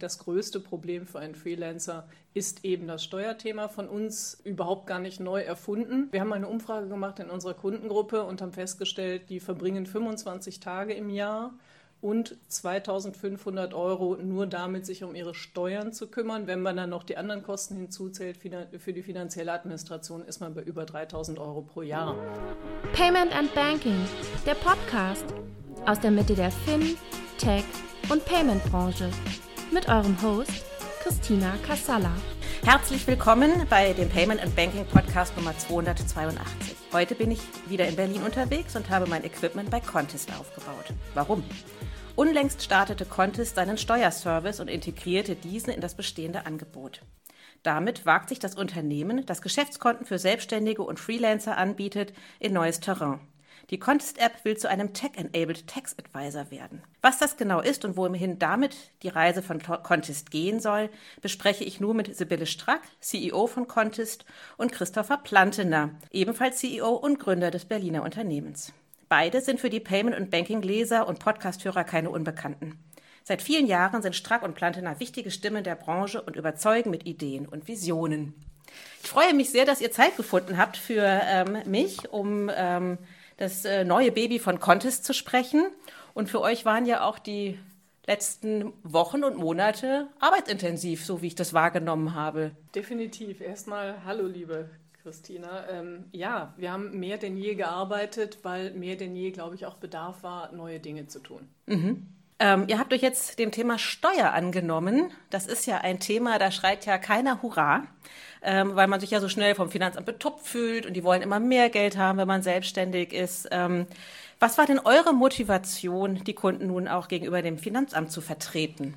Das größte Problem für einen Freelancer ist eben das Steuerthema, von uns überhaupt gar nicht neu erfunden. Wir haben eine Umfrage gemacht in unserer Kundengruppe und haben festgestellt, die verbringen 25 Tage im Jahr und 2.500 € nur damit, sich um ihre Steuern zu kümmern. Wenn man dann noch die anderen Kosten hinzuzählt, für die finanzielle Administration, ist man bei über 3.000 € pro Jahr. Payment and Banking, der Podcast aus der Mitte der Fin-, Tech- und Payment-Branche mit eurem Host Christina Kassala. Herzlich willkommen bei dem Payment and Banking Podcast Nummer 282. Heute bin ich wieder in Berlin unterwegs und habe mein Equipment bei Contest aufgebaut. Warum? Unlängst startete Contest seinen Steuerservice und integrierte diesen in das bestehende Angebot. Damit wagt sich das Unternehmen, das Geschäftskonten für Selbstständige und Freelancer anbietet, in neues Terrain. Die Contest-App will zu einem Tech-Enabled Tax Advisor werden. Was das genau ist und wohin damit die Reise von Contest gehen soll, bespreche ich nur mit Sibylle Strack, CEO von Contest, und Christopher Plantener, ebenfalls CEO und Gründer des Berliner Unternehmens. Beide sind für die Payment- und Banking-Leser und Podcast-Hörer keine Unbekannten. Seit vielen Jahren sind Strack und Plantener wichtige Stimmen der Branche und überzeugen mit Ideen und Visionen. Ich freue mich sehr, dass ihr Zeit gefunden habt für mich, um das neue Baby von Contest zu sprechen. Und für euch waren ja auch die letzten Wochen und Monate arbeitsintensiv, so wie ich das wahrgenommen habe. Definitiv. Erstmal hallo, liebe Christina. Ja, wir haben mehr denn je gearbeitet, weil mehr denn je, glaube ich, auch Bedarf war, neue Dinge zu tun. Mhm. Ihr habt euch jetzt dem Thema Steuer angenommen. Das ist ja ein Thema, da schreit ja keiner Hurra, weil man sich ja so schnell vom Finanzamt betupft fühlt und die wollen immer mehr Geld haben, wenn man selbstständig ist. Was war denn eure Motivation, die Kunden nun auch gegenüber dem Finanzamt zu vertreten?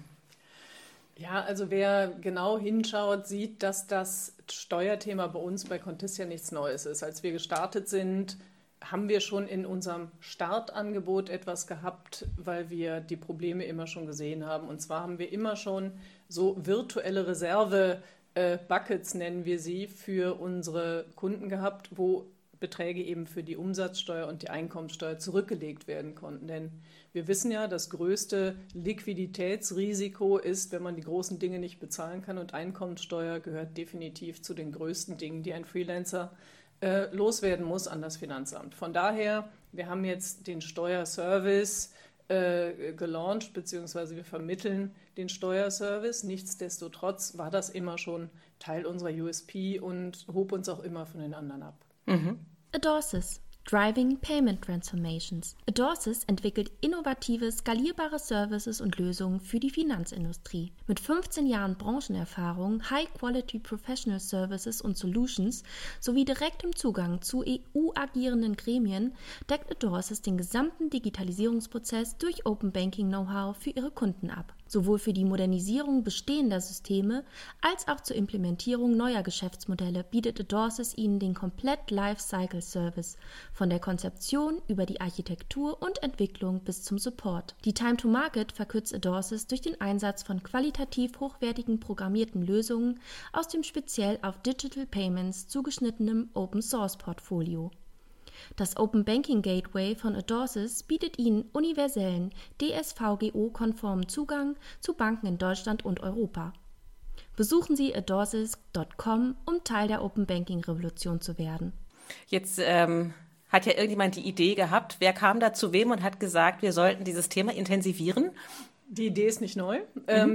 Ja, also wer genau hinschaut, sieht, dass das Steuerthema bei uns bei Contest ja nichts Neues ist. Als wir gestartet sind, haben wir schon in unserem Startangebot etwas gehabt, weil wir die Probleme immer schon gesehen haben. Und zwar haben wir immer schon so virtuelle Reserve-Buckets, nennen wir sie, für unsere Kunden gehabt, wo Beträge eben für die Umsatzsteuer und die Einkommensteuer zurückgelegt werden konnten. Denn wir wissen ja, das größte Liquiditätsrisiko ist, wenn man die großen Dinge nicht bezahlen kann. Und Einkommensteuer gehört definitiv zu den größten Dingen, die ein Freelancer loswerden muss an das Finanzamt. Von daher, wir haben jetzt den Steuerservice gelauncht, beziehungsweise wir vermitteln den Steuerservice. Nichtsdestotrotz war das immer schon Teil unserer USP und hob uns auch immer von den anderen ab. Mhm. Adorsis, Driving Payment Transformations. Adorsis entwickelt innovative, skalierbare Services und Lösungen für die Finanzindustrie. Mit 15 Jahren Branchenerfahrung, High-Quality Professional Services und Solutions sowie direktem Zugang zu EU-agierenden Gremien deckt Adorsis den gesamten Digitalisierungsprozess durch Open Banking Know-how für ihre Kunden ab. Sowohl für die Modernisierung bestehender Systeme als auch zur Implementierung neuer Geschäftsmodelle bietet Adorsis ihnen den Komplett-Life-Cycle-Service, von der Konzeption über die Architektur und Entwicklung bis zum Support. Die Time to Market verkürzt Adorsis durch den Einsatz von qualitativ hochwertigen programmierten Lösungen aus dem speziell auf Digital Payments zugeschnittenen Open-Source-Portfolio. Das Open Banking Gateway von Adorsis bietet Ihnen universellen, DSVGO-konformen Zugang zu Banken in Deutschland und Europa. Besuchen Sie adorsis.com, um Teil der Open Banking Revolution zu werden. Jetzt hat ja irgendjemand die Idee gehabt. Wer kam da zu wem und hat gesagt, wir sollten dieses Thema intensivieren? Die Idee ist nicht neu.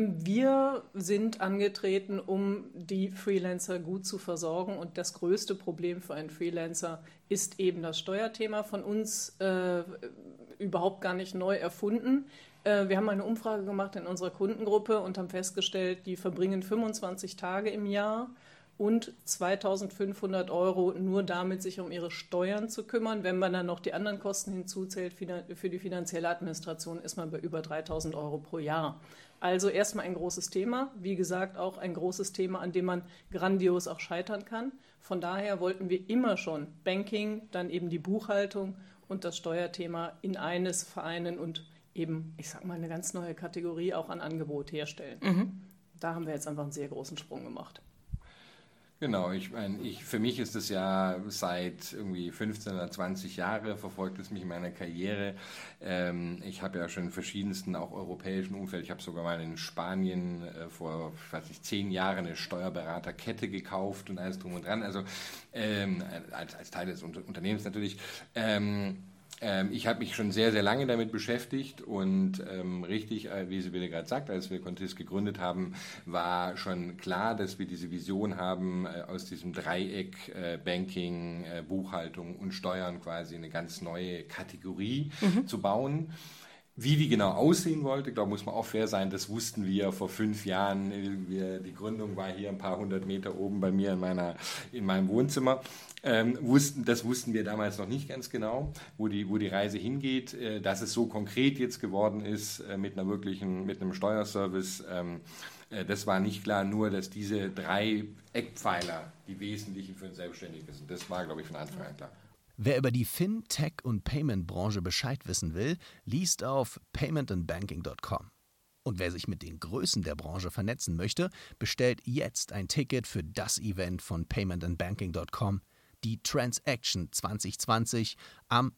Wir sind angetreten, um die Freelancer gut zu versorgen. Und das größte Problem für einen Freelancer ist eben das Steuerthema, von uns überhaupt gar nicht neu erfunden. Wir haben eine Umfrage gemacht in unserer Kundengruppe und haben festgestellt, die verbringen 25 Tage im Jahr und 2.500 € nur damit, sich um ihre Steuern zu kümmern. Wenn man dann noch die anderen Kosten hinzuzählt, für die finanzielle Administration, ist man bei über 3.000 € pro Jahr. Also erstmal ein großes Thema. Wie gesagt, auch ein großes Thema, an dem man grandios auch scheitern kann. Von daher wollten wir immer schon Banking, dann eben die Buchhaltung und das Steuerthema in eines vereinen und eben, ich sag mal, eine ganz neue Kategorie auch an Angebot herstellen. Da haben wir jetzt einfach einen sehr großen Sprung gemacht. Genau, ich meine, für mich ist es ja seit irgendwie 15 oder 20 Jahre, verfolgt es mich in meiner Karriere. Ich habe ja schon in verschiedensten, auch europäischen Umfeld, ich habe sogar mal in Spanien vor, 10 Jahren eine Steuerberaterkette gekauft und alles drum und dran, also als Teil des Unternehmens natürlich. Ich habe mich schon sehr, sehr lange damit beschäftigt und richtig, wie Sie wieder gerade sagt, als wir Contist gegründet haben, war schon klar, dass wir diese Vision haben, aus diesem Dreieck Banking, Buchhaltung und Steuern quasi eine ganz neue Kategorie zu bauen. Wie die genau aussehen wollte, glaube ich, muss man auch fair sein, das wussten wir vor 5 Jahren. Die Gründung war hier ein paar 100 Meter oben bei mir in meinem Wohnzimmer. Das wussten wir damals noch nicht ganz genau, wo die Reise hingeht. Dass es so konkret jetzt geworden ist mit einem Steuerservice, das war nicht klar, nur dass diese 3 Eckpfeiler die wesentlichen für einen Selbstständigen sind. Das war, glaube ich, von Anfang an klar. Wer über die Fin-, Tech- und Payment-Branche Bescheid wissen will, liest auf paymentandbanking.com. Und wer sich mit den Größen der Branche vernetzen möchte, bestellt jetzt ein Ticket für das Event von paymentandbanking.com, die Transaction 2020 am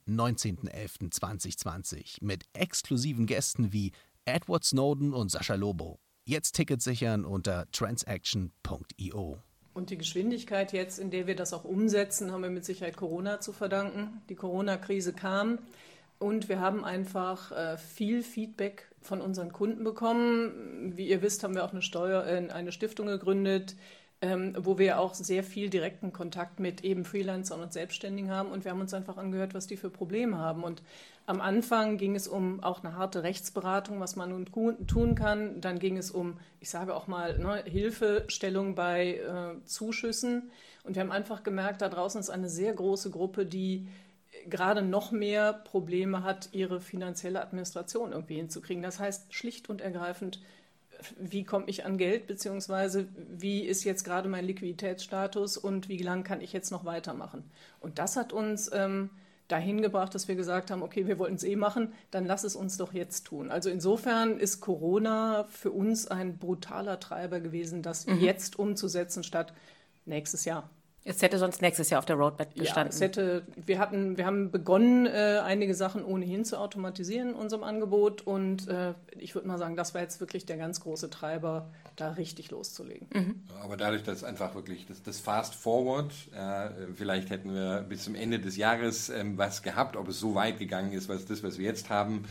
19.11.2020 mit exklusiven Gästen wie Edward Snowden und Sascha Lobo. Jetzt Tickets sichern unter transaction.io. Und die Geschwindigkeit jetzt, in der wir das auch umsetzen, haben wir mit Sicherheit Corona zu verdanken. Die Corona-Krise kam und wir haben einfach viel Feedback von unseren Kunden bekommen. Wie ihr wisst, haben wir auch eine Stiftung gegründet, wo wir auch sehr viel direkten Kontakt mit eben Freelancern und Selbstständigen haben. Und wir haben uns einfach angehört, was die für Probleme haben. Und am Anfang ging es um auch eine harte Rechtsberatung, was man nun tun kann. Dann ging es um, ich sage auch mal, Hilfestellung bei Zuschüssen. Und wir haben einfach gemerkt, da draußen ist eine sehr große Gruppe, die gerade noch mehr Probleme hat, ihre finanzielle Administration irgendwie hinzukriegen. Das heißt, schlicht und ergreifend, wie komme ich an Geld, beziehungsweise wie ist jetzt gerade mein Liquiditätsstatus und wie lange kann ich jetzt noch weitermachen? Und das hat uns dahin gebracht, dass wir gesagt haben, okay, wir wollten es machen, dann lass es uns doch jetzt tun. Also insofern ist Corona für uns ein brutaler Treiber gewesen, das jetzt umzusetzen statt nächstes Jahr. Es hätte sonst nächstes Jahr auf der Roadmap gestanden. Ja, wir haben begonnen, einige Sachen ohnehin zu automatisieren in unserem Angebot und ich würde mal sagen, das war jetzt wirklich der ganz große Treiber, da richtig loszulegen. Aber dadurch, dass einfach wirklich das Fast Forward, vielleicht hätten wir bis zum Ende des Jahres was gehabt, ob es so weit gegangen ist, was wir jetzt haben,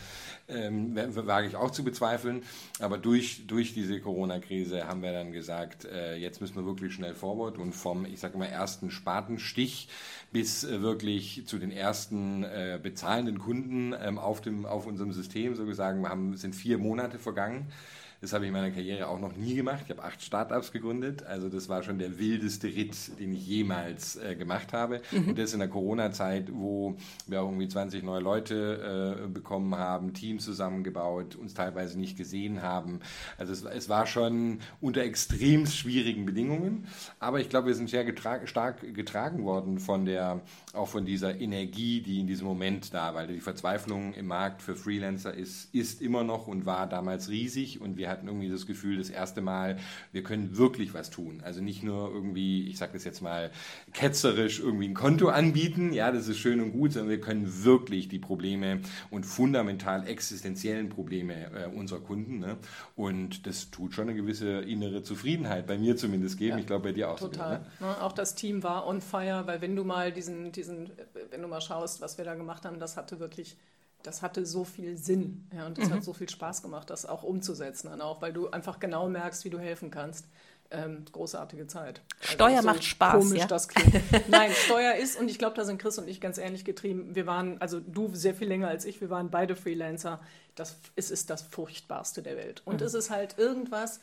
wage ich auch zu bezweifeln. Aber durch diese Corona-Krise haben wir dann gesagt, jetzt müssen wir wirklich schnell forward und vom, ich sage immer, ersten Spatenstich bis wirklich zu den ersten bezahlenden Kunden auf unserem System, so gesagt, sind 4 Monate vergangen. Das habe ich in meiner Karriere auch noch nie gemacht. Ich habe 8 Startups gegründet. Also das war schon der wildeste Ritt, den ich jemals gemacht habe. Und das in der Corona-Zeit, wo wir auch irgendwie 20 neue Leute bekommen haben, Teams zusammengebaut, uns teilweise nicht gesehen haben. Also es war schon unter extrem schwierigen Bedingungen. Aber ich glaube, wir sind sehr stark getragen worden von dieser Energie, die in diesem Moment da war. Weil die Verzweiflung im Markt für Freelancer ist immer noch und war damals riesig. Und wir hatten irgendwie das Gefühl, das erste Mal, wir können wirklich was tun. Also nicht nur irgendwie, ich sage das jetzt mal ketzerisch, irgendwie ein Konto anbieten, ja, das ist schön und gut, sondern wir können wirklich die Probleme und fundamental existenziellen Probleme unserer Kunden, ne? Und das tut schon eine gewisse innere Zufriedenheit, bei mir zumindest geben, ich glaube bei dir auch. Total. So, ne? Auch das Team war on fire, weil wenn du mal wenn du mal schaust, was wir da gemacht haben, das hatte so viel Sinn, ja, und das hat so viel Spaß gemacht, das auch umzusetzen, dann auch, weil du einfach genau merkst, wie du helfen kannst. Großartige Zeit. Steuer macht Spaß, komisch, ja? Das klingt. Nein, Steuer ist, und ich glaube, da sind Chris und ich ganz ähnlich getrieben. Wir waren, also du sehr viel länger als ich, wir waren beide Freelancer. Es ist das Furchtbarste der Welt. Und es ist halt irgendwas,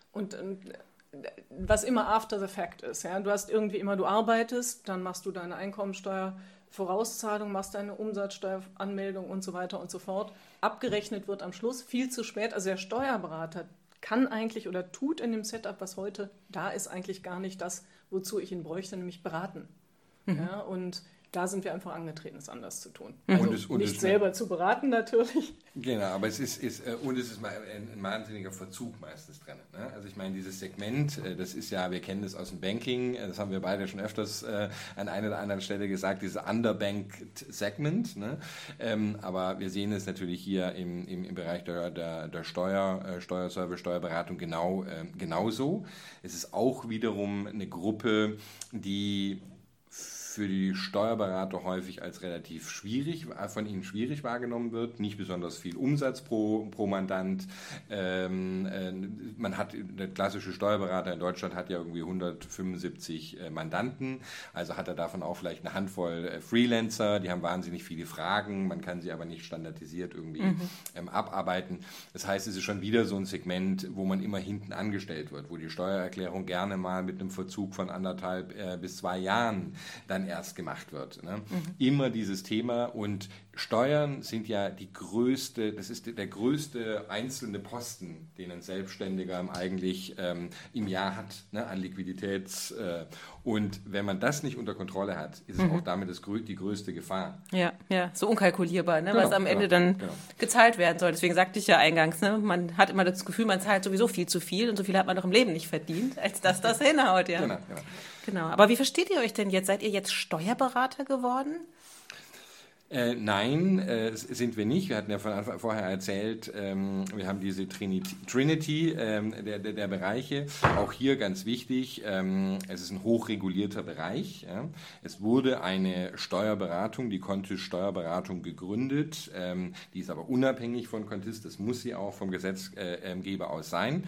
was immer after the fact ist. Ja? Du hast irgendwie immer, du arbeitest, dann machst du deine Einkommensteuervorauszahlung, machst deine Umsatzsteueranmeldung und so weiter und so fort. Abgerechnet wird am Schluss viel zu spät. Also der Steuerberater kann eigentlich oder tut in dem Setup, was heute da ist, eigentlich gar nicht das, wozu ich ihn bräuchte, nämlich beraten. Ja, und Da sind wir einfach angetreten, es anders zu tun. Und Also nicht selber zu beraten natürlich. Genau, aber es ist mal ein wahnsinniger Verzug meistens drin. Ne? Also ich meine, dieses Segment, das ist ja, wir kennen das aus dem Banking, das haben wir beide schon öfters an einer oder anderen Stelle gesagt, dieses underbanked Segment. Ne? Aber wir sehen es natürlich hier im Bereich der Steuerservice, Steuerberatung genauso. Es ist auch wiederum eine Gruppe, die für die Steuerberater häufig als relativ von ihnen schwierig wahrgenommen wird, nicht besonders viel Umsatz pro Mandant. Man hat, der klassische Steuerberater in Deutschland hat ja irgendwie 175 Mandanten, also hat er davon auch vielleicht eine Handvoll Freelancer, die haben wahnsinnig viele Fragen, man kann sie aber nicht standardisiert irgendwie abarbeiten. Das heißt, es ist schon wieder so ein Segment, wo man immer hinten angestellt wird, wo die Steuererklärung gerne mal mit einem Verzug von 1,5 bis 2 Jahren dann erst gemacht wird. Ne? Immer dieses Thema, und Steuern sind ja das ist der größte einzelne Posten, den ein Selbstständiger eigentlich im Jahr hat, ne, an Liquiditäts. Und wenn man das nicht unter Kontrolle hat, ist es auch damit die größte Gefahr. Ja, so unkalkulierbar, ne, was am Ende dann gezahlt werden soll. Deswegen sagte ich ja eingangs, ne, man hat immer das Gefühl, man zahlt sowieso viel zu viel und so viel hat man doch im Leben nicht verdient, als dass das hinhaut. Ja. Genau. Aber wie versteht ihr euch denn jetzt? Seid ihr jetzt Steuerberater geworden? Nein, sind wir nicht. Wir hatten ja vorher erzählt, wir haben diese Trinity der Bereiche. Auch hier ganz wichtig, es ist ein hochregulierter Bereich. Ja. Es wurde eine Steuerberatung, die Contist Steuerberatung, gegründet. Die ist aber unabhängig von Contist. Das muss sie auch vom Gesetzgeber aus sein.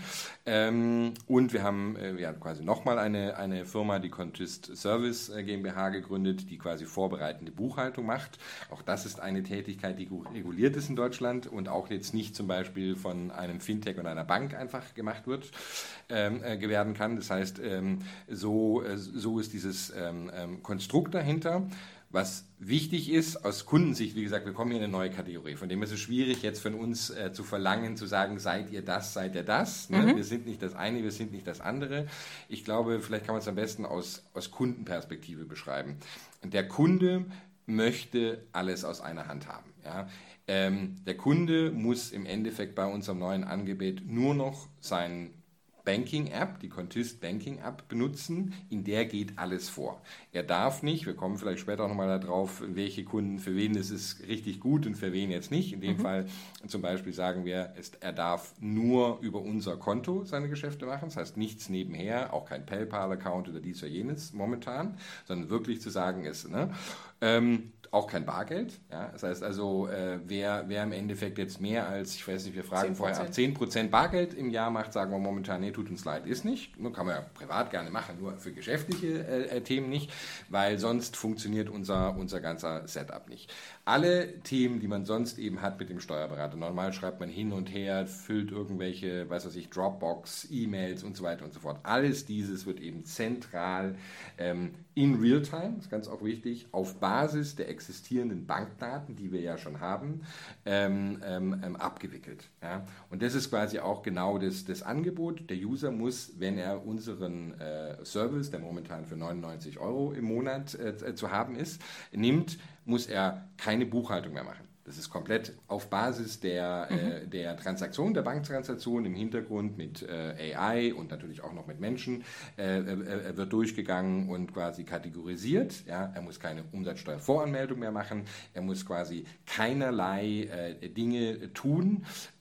Und wir haben quasi nochmal eine Firma, die Contist Service GmbH, gegründet, die quasi vorbereitende Buchhaltung macht. Auch das ist eine Tätigkeit, die reguliert ist in Deutschland und auch jetzt nicht zum Beispiel von einem Fintech oder einer Bank einfach gemacht werden kann. Das heißt, so ist dieses Konstrukt dahinter. Was wichtig ist, aus Kundensicht, wie gesagt, wir kommen hier in eine neue Kategorie, von dem ist es schwierig, jetzt von uns zu verlangen, zu sagen, seid ihr das? Ne? Wir sind nicht das eine, wir sind nicht das andere. Ich glaube, vielleicht kann man es am besten aus Kundenperspektive beschreiben. Der Kunde möchte alles aus einer Hand haben. Ja? Der Kunde muss im Endeffekt bei unserem neuen Angebot nur noch seinen Banking-App, die Contist Banking-App benutzen, in der geht alles vor. Er darf nicht, wir kommen vielleicht später auch nochmal darauf, welche Kunden, für wen ist es richtig gut und für wen jetzt nicht. In dem Fall zum Beispiel sagen wir, er darf nur über unser Konto seine Geschäfte machen, das heißt nichts nebenher, auch kein PayPal-Account oder dies oder jenes momentan, sondern wirklich zu sagen ist, ne? Auch kein Bargeld. Ja? Das heißt also, wer im Endeffekt jetzt mehr als, ich weiß nicht, wir fragen 10%. Vorher ab 10% Bargeld im Jahr macht, sagen wir momentan, nee, tut uns leid, ist nicht. Nur kann man ja privat gerne machen, nur für geschäftliche Themen nicht, weil sonst funktioniert unser ganzer Setup nicht. Alle Themen, die man sonst eben hat mit dem Steuerberater, normal schreibt man hin und her, füllt irgendwelche, Dropbox, E-Mails und so weiter und so fort. Alles dieses wird eben zentral in Realtime, das ist ganz auch wichtig, auf Basis der existierenden Bankdaten, die wir ja schon haben, abgewickelt. Ja? Und das ist quasi auch genau das Angebot. Der User muss, wenn er unseren Service, der momentan für 99 € im Monat zu haben ist, nimmt, muss er keine Buchhaltung mehr machen. Das ist komplett auf Basis der Transaktion, der Banktransaktion im Hintergrund mit AI und natürlich auch noch mit Menschen wird durchgegangen und quasi kategorisiert. Ja, er muss keine Umsatzsteuervoranmeldung mehr machen. Er muss quasi keinerlei Dinge tun,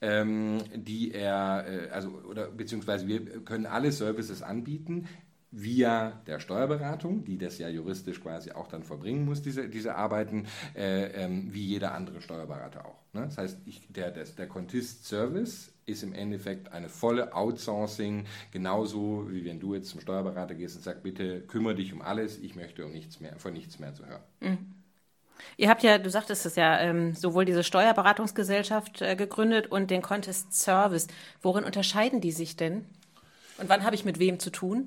beziehungsweise wir können alle Services anbieten, via der Steuerberatung, die das ja juristisch quasi auch dann verbringen muss, diese Arbeiten, wie jeder andere Steuerberater auch. Ne? Das heißt, der Contist Service ist im Endeffekt eine volle Outsourcing, genauso wie wenn du jetzt zum Steuerberater gehst und sagst, bitte kümmere dich um alles, ich möchte von nichts mehr zu hören. Mhm. Ihr habt ja, du sagtest es ja, sowohl diese Steuerberatungsgesellschaft gegründet und den Contist Service. Worin unterscheiden die sich denn? Und wann habe ich mit wem zu tun?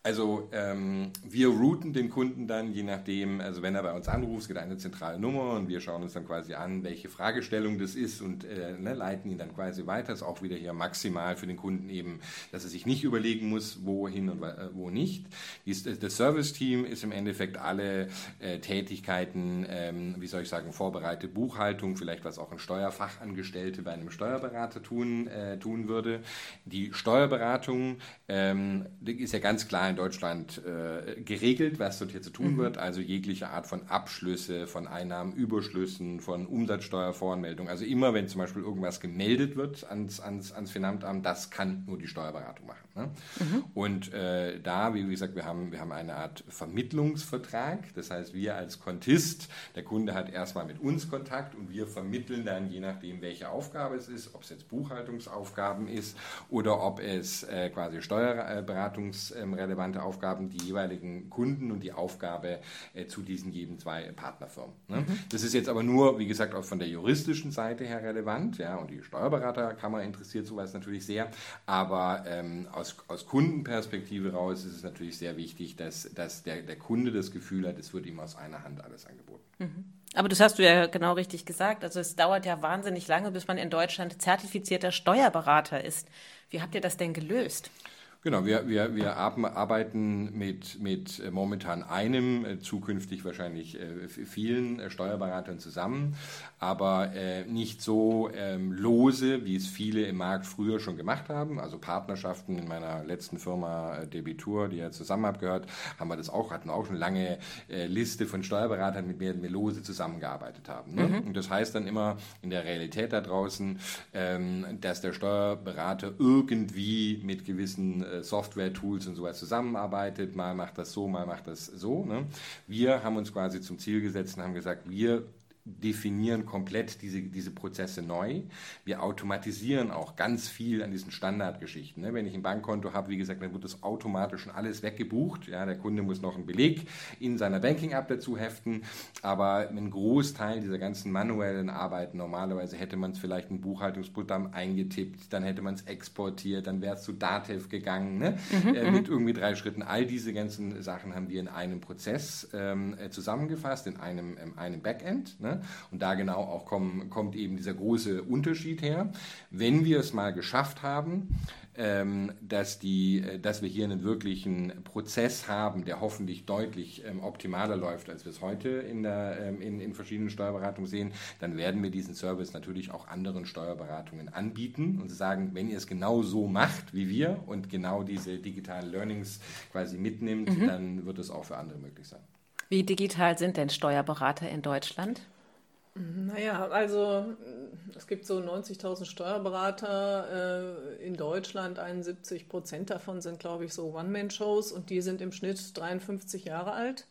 Also wir routen den Kunden dann, je nachdem, also wenn er bei uns anruft, es gibt eine zentrale Nummer und wir schauen uns dann quasi an, welche Fragestellung das ist und leiten ihn dann quasi weiter. Das ist auch wieder hier maximal für den Kunden eben, dass er sich nicht überlegen muss, wohin und wo nicht. Das Service-Team ist im Endeffekt alle Tätigkeiten, vorbereitete Buchhaltung, vielleicht was auch ein Steuerfachangestellte bei einem Steuerberater tun würde. Die Steuerberatung ist ja ganz klar in Deutschland geregelt, was dort hier zu tun wird, also jegliche Art von Abschlüsse, von Einnahmenüberschlüssen, von Umsatzsteuervoranmeldung. Also immer, wenn zum Beispiel irgendwas gemeldet wird ans Finanzamt, das kann nur die Steuerberatung machen. Ne? Und da, wie gesagt, wir haben eine Art Vermittlungsvertrag. Das heißt, wir als Kontist, der Kunde hat erstmal mit uns Kontakt und wir vermitteln dann, je nachdem, welche Aufgabe es ist, ob es jetzt Buchhaltungsaufgaben ist oder ob es quasi steuerberatungsrelevante Aufgaben, die jeweiligen Kunden und die Aufgabe zu diesen jeden 2 Partnerfirmen. Ne? Das ist jetzt aber nur, wie gesagt, auch von der juristischen Seite her relevant, ja, und die Steuerberaterkammer interessiert sowas natürlich sehr, aber aus Kundenperspektive raus ist es natürlich sehr wichtig, dass der Kunde das Gefühl hat, es wird ihm aus einer Hand alles angeboten. Aber das hast du ja genau richtig gesagt. Also es dauert ja wahnsinnig lange, bis man in Deutschland zertifizierter Steuerberater ist. Wie habt ihr das denn gelöst? Genau, wir arbeiten mit momentan einem, zukünftig wahrscheinlich vielen Steuerberatern zusammen, aber nicht so lose, wie es viele im Markt früher schon gemacht haben. Also Partnerschaften in meiner letzten Firma Debitur, die ja zusammen abgehört, hatten auch schon lange Liste von Steuerberatern, mit denen wir lose zusammengearbeitet haben. Ne? Und das heißt dann immer in der Realität da draußen, dass der Steuerberater irgendwie mit gewissen Software-Tools und sowas zusammenarbeitet, mal macht das so, mal macht das so. Ne? Wir haben uns quasi zum Ziel gesetzt und haben gesagt, wir definieren komplett diese Prozesse neu. Wir automatisieren auch ganz viel an diesen Standardgeschichten. Ne? Wenn ich ein Bankkonto habe, wie gesagt, dann wird das automatisch schon alles weggebucht. Ja, der Kunde muss noch einen Beleg in seiner Banking-App dazu heften, aber ein Großteil dieser ganzen manuellen Arbeiten, normalerweise hätte man es vielleicht in Buchhaltungsprogramm eingetippt, dann hätte man es exportiert, dann wäre es zu Datev gegangen, ne? Mit irgendwie 3 Schritten. All diese ganzen Sachen haben wir in einem Prozess zusammengefasst, in einem Backend. Ne? Und da genau auch kommt eben dieser große Unterschied her. Wenn wir es mal geschafft haben, dass wir hier einen wirklichen Prozess haben, der hoffentlich deutlich optimaler läuft, als wir es heute in verschiedenen Steuerberatungen sehen, dann werden wir diesen Service natürlich auch anderen Steuerberatungen anbieten und sagen, wenn ihr es genau so macht wie wir und genau diese digitalen Learnings quasi mitnimmt, dann wird es auch für andere möglich sein. Wie digital sind denn Steuerberater in Deutschland? Naja, also es gibt so 90.000 Steuerberater in Deutschland, 71% davon sind, glaube ich, so One-Man-Shows und die sind im Schnitt 53 Jahre alt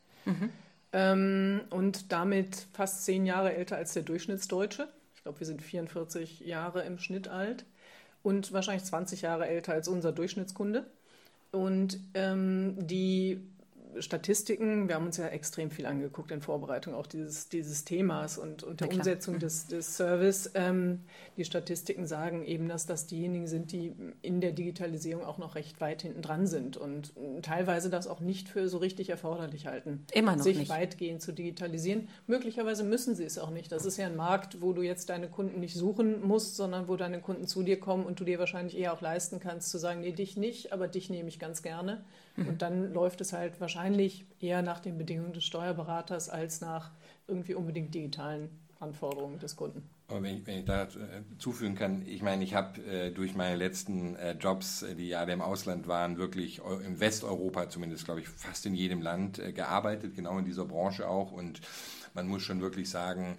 und damit fast 10 Jahre älter als der Durchschnittsdeutsche. Ich glaube, wir sind 44 Jahre im Schnitt alt und wahrscheinlich 20 Jahre älter als unser Durchschnittskunde. Und die Statistiken, wir haben uns ja extrem viel angeguckt in Vorbereitung auch dieses Themas und der Umsetzung des Service. Die Statistiken sagen eben, dass das diejenigen sind, die in der Digitalisierung auch noch recht weit hinten dran sind und teilweise das auch nicht für so richtig erforderlich halten, immer noch sich nicht weitgehend zu digitalisieren. Möglicherweise müssen sie es auch nicht. Das ist ja ein Markt, wo du jetzt deine Kunden nicht suchen musst, sondern wo deine Kunden zu dir kommen und du dir wahrscheinlich eher auch leisten kannst, zu sagen, nee, dich nicht, aber dich nehme ich ganz gerne. Und dann läuft es halt wahrscheinlich eher nach den Bedingungen des Steuerberaters als nach irgendwie unbedingt digitalen Anforderungen des Kunden. Aber wenn ich da zufügen kann, ich meine, ich habe durch meine letzten Jobs, die alle im Ausland waren, wirklich in Westeuropa zumindest, glaube ich, fast in jedem Land gearbeitet, genau in dieser Branche auch. Und man muss schon wirklich sagen,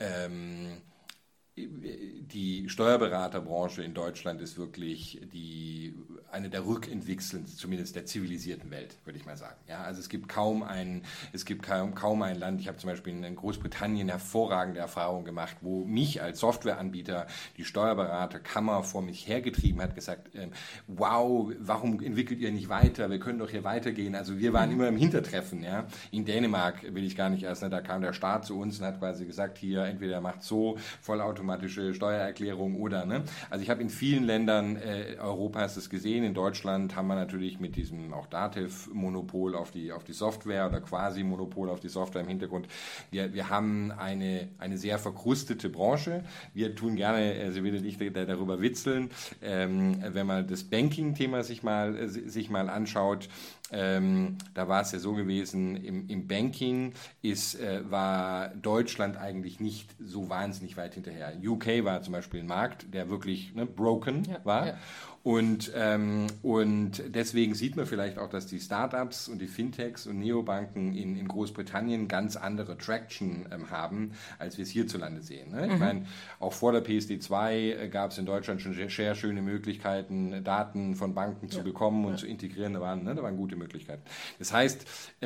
die Steuerberaterbranche in Deutschland ist wirklich eine der rückentwickelnden, zumindest der zivilisierten Welt, würde ich mal sagen. Ja, also es gibt kaum ein Land, ich habe zum Beispiel in Großbritannien hervorragende Erfahrungen gemacht, wo mich als Softwareanbieter die Steuerberaterkammer vor mich hergetrieben hat, gesagt, wow, warum entwickelt ihr nicht weiter, wir können doch hier weitergehen. Also wir waren immer im Hintertreffen. Ja. In Dänemark will ich gar nicht erst, da kam der Staat zu uns und hat quasi gesagt, hier entweder macht so vollautomatisch vollautomatische Steuererklärung oder, ne? Also ich habe in vielen Ländern Europas das gesehen. In Deutschland haben wir natürlich mit diesem auch Dativ-Monopol auf die Software oder quasi Monopol auf die Software im Hintergrund. Wir haben eine sehr verkrustete Branche. Wir tun gerne, also will ich darüber witzeln, wenn man das Banking-Thema sich mal anschaut. Da war es ja so gewesen, im Banking war Deutschland eigentlich nicht so wahnsinnig weit hinterher. UK war zum Beispiel ein Markt, der wirklich broken war. Ja. Und deswegen sieht man vielleicht auch, dass die Startups und die Fintechs und Neobanken in Großbritannien ganz andere Traction haben, als wir es hierzulande sehen. Ne? Ich meine, auch vor der PSD2 gab es in Deutschland schon sehr schöne Möglichkeiten, Daten von Banken zu bekommen und zu integrieren. Da waren gute Möglichkeiten. Das heißt,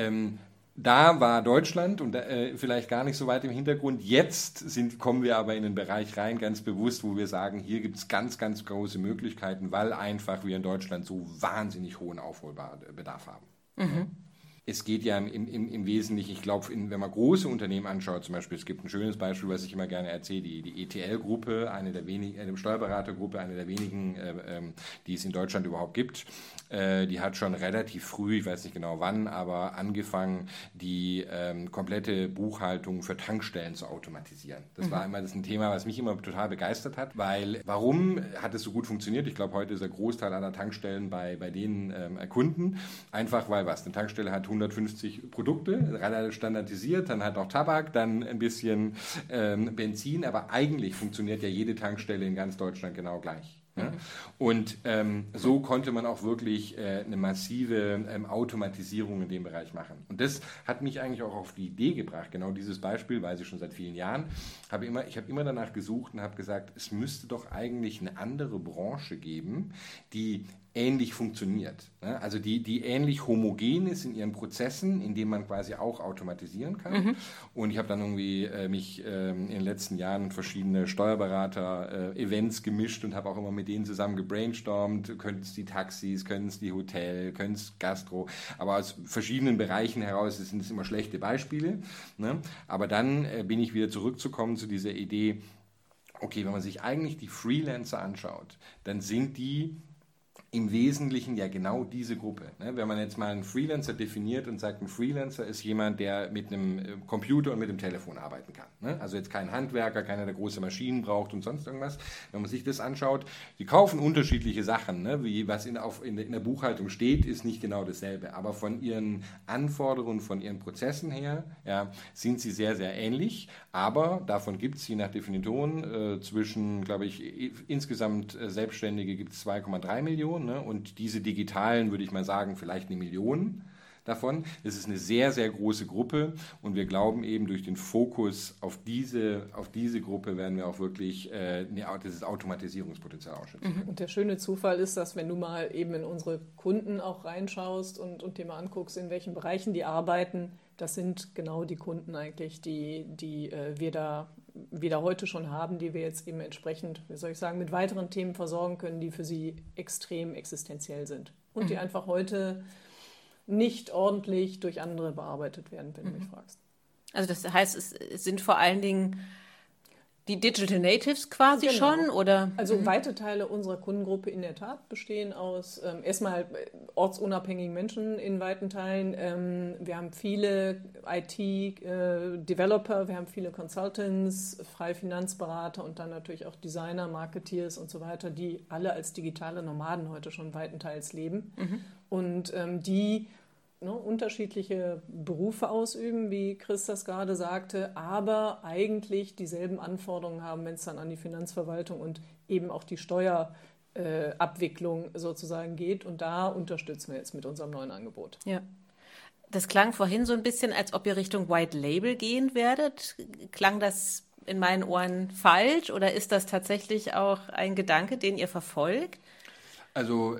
da war Deutschland und vielleicht gar nicht so weit im Hintergrund. Jetzt kommen wir aber in den Bereich rein, ganz bewusst, wo wir sagen, hier gibt es ganz, ganz große Möglichkeiten, weil einfach wir in Deutschland so wahnsinnig hohen Aufholbedarf haben. Mhm. Es geht ja im Wesentlichen, ich glaube, wenn man große Unternehmen anschaut, zum Beispiel, es gibt ein schönes Beispiel, was ich immer gerne erzähle, die ETL-Gruppe, eine Steuerberatergruppe, eine der wenigen, die es in Deutschland überhaupt gibt. Die hat schon relativ früh, ich weiß nicht genau wann, aber angefangen, die komplette Buchhaltung für Tankstellen zu automatisieren. Das war immer ein Thema, was mich immer total begeistert hat, weil warum hat es so gut funktioniert? Ich glaube, heute ist der Großteil aller Tankstellen bei denen Kunden, einfach weil eine Tankstelle hat 150 Produkte, relativ standardisiert, dann hat auch Tabak, dann ein bisschen Benzin, aber eigentlich funktioniert ja jede Tankstelle in ganz Deutschland genau gleich. Ja? Und so konnte man auch wirklich eine massive Automatisierung in dem Bereich machen. Und das hat mich eigentlich auch auf die Idee gebracht, genau dieses Beispiel, weiß ich schon seit vielen Jahren. Ich habe immer danach gesucht und habe gesagt, es müsste doch eigentlich eine andere Branche geben, die ähnlich funktioniert. Ne? Also die ähnlich homogen ist in ihren Prozessen, in denen man quasi auch automatisieren kann. Und ich habe dann irgendwie mich in den letzten Jahren verschiedene Steuerberater-Events gemischt und habe auch immer mit denen zusammen gebrainstormt. Können es die Taxis, können es die Hotel, können es Gastro. Aber aus verschiedenen Bereichen heraus sind es immer schlechte Beispiele. Ne? Aber dann bin ich wieder zurückzukommen zu dieser Idee, okay, wenn man sich eigentlich die Freelancer anschaut, dann sind die im Wesentlichen ja genau diese Gruppe. Ne? Wenn man jetzt mal einen Freelancer definiert und sagt, ein Freelancer ist jemand, der mit einem Computer und mit dem Telefon arbeiten kann. Ne? Also jetzt kein Handwerker, keiner, der große Maschinen braucht und sonst irgendwas. Wenn man sich das anschaut, die kaufen unterschiedliche Sachen. Ne? Wie was in der Buchhaltung steht, ist nicht genau dasselbe. Aber von ihren Anforderungen, von ihren Prozessen her, sind sie sehr, sehr ähnlich. Aber davon gibt es, je nach Definition, zwischen, glaube ich, insgesamt Selbstständige gibt es 2,3 Millionen. Ne? Und diese digitalen, würde ich mal sagen, vielleicht 1 Million davon. Das ist eine sehr, sehr große Gruppe und wir glauben eben durch den Fokus auf diese Gruppe werden wir auch wirklich dieses Automatisierungspotenzial ausschöpfen. Und der schöne Zufall ist, dass wenn du mal eben in unsere Kunden auch reinschaust und dir mal anguckst, in welchen Bereichen die arbeiten, das sind genau die Kunden eigentlich, die wir da heute schon haben, die wir jetzt eben entsprechend, wie soll ich sagen, mit weiteren Themen versorgen können, die für sie extrem existenziell sind und die einfach heute nicht ordentlich durch andere bearbeitet werden, wenn du mich fragst. Also das heißt, es sind vor allen Dingen die Digital Natives quasi schon? Oder? Also weite Teile unserer Kundengruppe in der Tat bestehen aus erstmal ortsunabhängigen Menschen in weiten Teilen. Wir haben viele IT-Developer, wir haben viele Consultants, freie Finanzberater und dann natürlich auch Designer, Marketeers und so weiter, die alle als digitale Nomaden heute schon weitenteils leben und die unterschiedliche Berufe ausüben, wie Chris das gerade sagte, aber eigentlich dieselben Anforderungen haben, wenn es dann an die Finanzverwaltung und eben auch die Steuerabwicklung sozusagen geht. Und da unterstützen wir jetzt mit unserem neuen Angebot. Ja. Das klang vorhin so ein bisschen, als ob ihr Richtung White Label gehen werdet. Klang das in meinen Ohren falsch oder ist das tatsächlich auch ein Gedanke, den ihr verfolgt? Also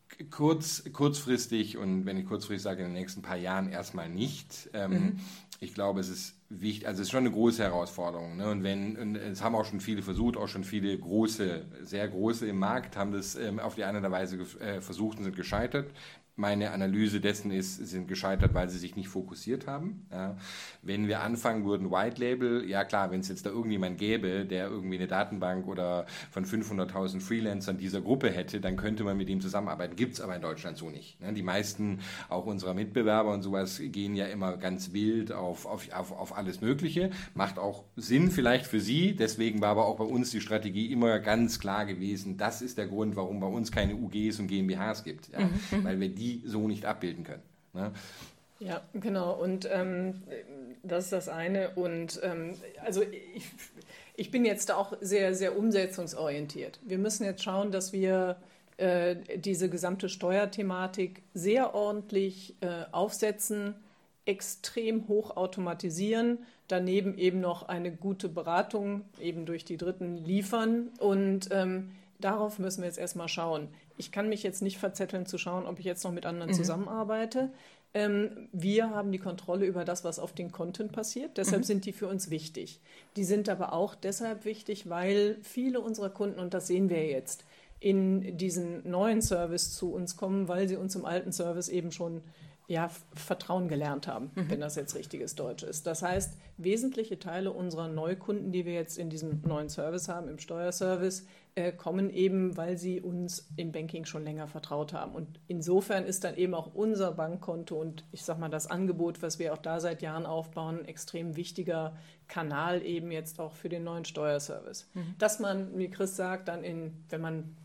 kurzfristig, und wenn ich kurzfristig sage, in den nächsten paar Jahren erstmal nicht. Ich glaube, es ist wichtig, also es ist schon eine große Herausforderung. Ne? Und es haben auch schon viele versucht, auch schon viele sehr große im Markt, haben das auf die eine oder andere Weise versucht und sind gescheitert. meine Analyse dessen ist, sind gescheitert, weil sie sich nicht fokussiert haben. Ja. Wenn wir anfangen würden, White Label, ja klar, wenn es jetzt da irgendjemand gäbe, der irgendwie eine Datenbank oder von 500.000 Freelancern dieser Gruppe hätte, dann könnte man mit ihm zusammenarbeiten. Gibt es aber in Deutschland so nicht. Ne. Die meisten, auch unserer Mitbewerber und sowas, gehen ja immer ganz wild auf alles Mögliche. Macht auch Sinn vielleicht für sie. Deswegen war aber auch bei uns die Strategie immer ganz klar gewesen, das ist der Grund, warum bei uns keine UGs und GmbHs gibt. Ja. Weil wir die so nicht abbilden können. Ne? Ja, genau. Und das ist das eine. Und also ich bin jetzt auch sehr, sehr umsetzungsorientiert. Wir müssen jetzt schauen, dass wir diese gesamte Steuerthematik sehr ordentlich aufsetzen, extrem hoch automatisieren, daneben eben noch eine gute Beratung eben durch die Dritten liefern und darauf müssen wir jetzt erstmal schauen. Ich kann mich jetzt nicht verzetteln zu schauen, ob ich jetzt noch mit anderen zusammenarbeite. Wir haben die Kontrolle über das, was auf den Konten passiert. Deshalb sind die für uns wichtig. Die sind aber auch deshalb wichtig, weil viele unserer Kunden, und das sehen wir jetzt, in diesen neuen Service zu uns kommen, weil sie uns im alten Service eben schon Vertrauen gelernt haben, wenn das jetzt richtiges Deutsch ist. Das heißt, wesentliche Teile unserer Neukunden, die wir jetzt in diesem neuen Service haben, im Steuerservice, kommen eben, weil sie uns im Banking schon länger vertraut haben. Und insofern ist dann eben auch unser Bankkonto und ich sag mal das Angebot, was wir auch da seit Jahren aufbauen, ein extrem wichtiger Kanal eben jetzt auch für den neuen Steuerservice. Dass man, wie Chris sagt, dann wenn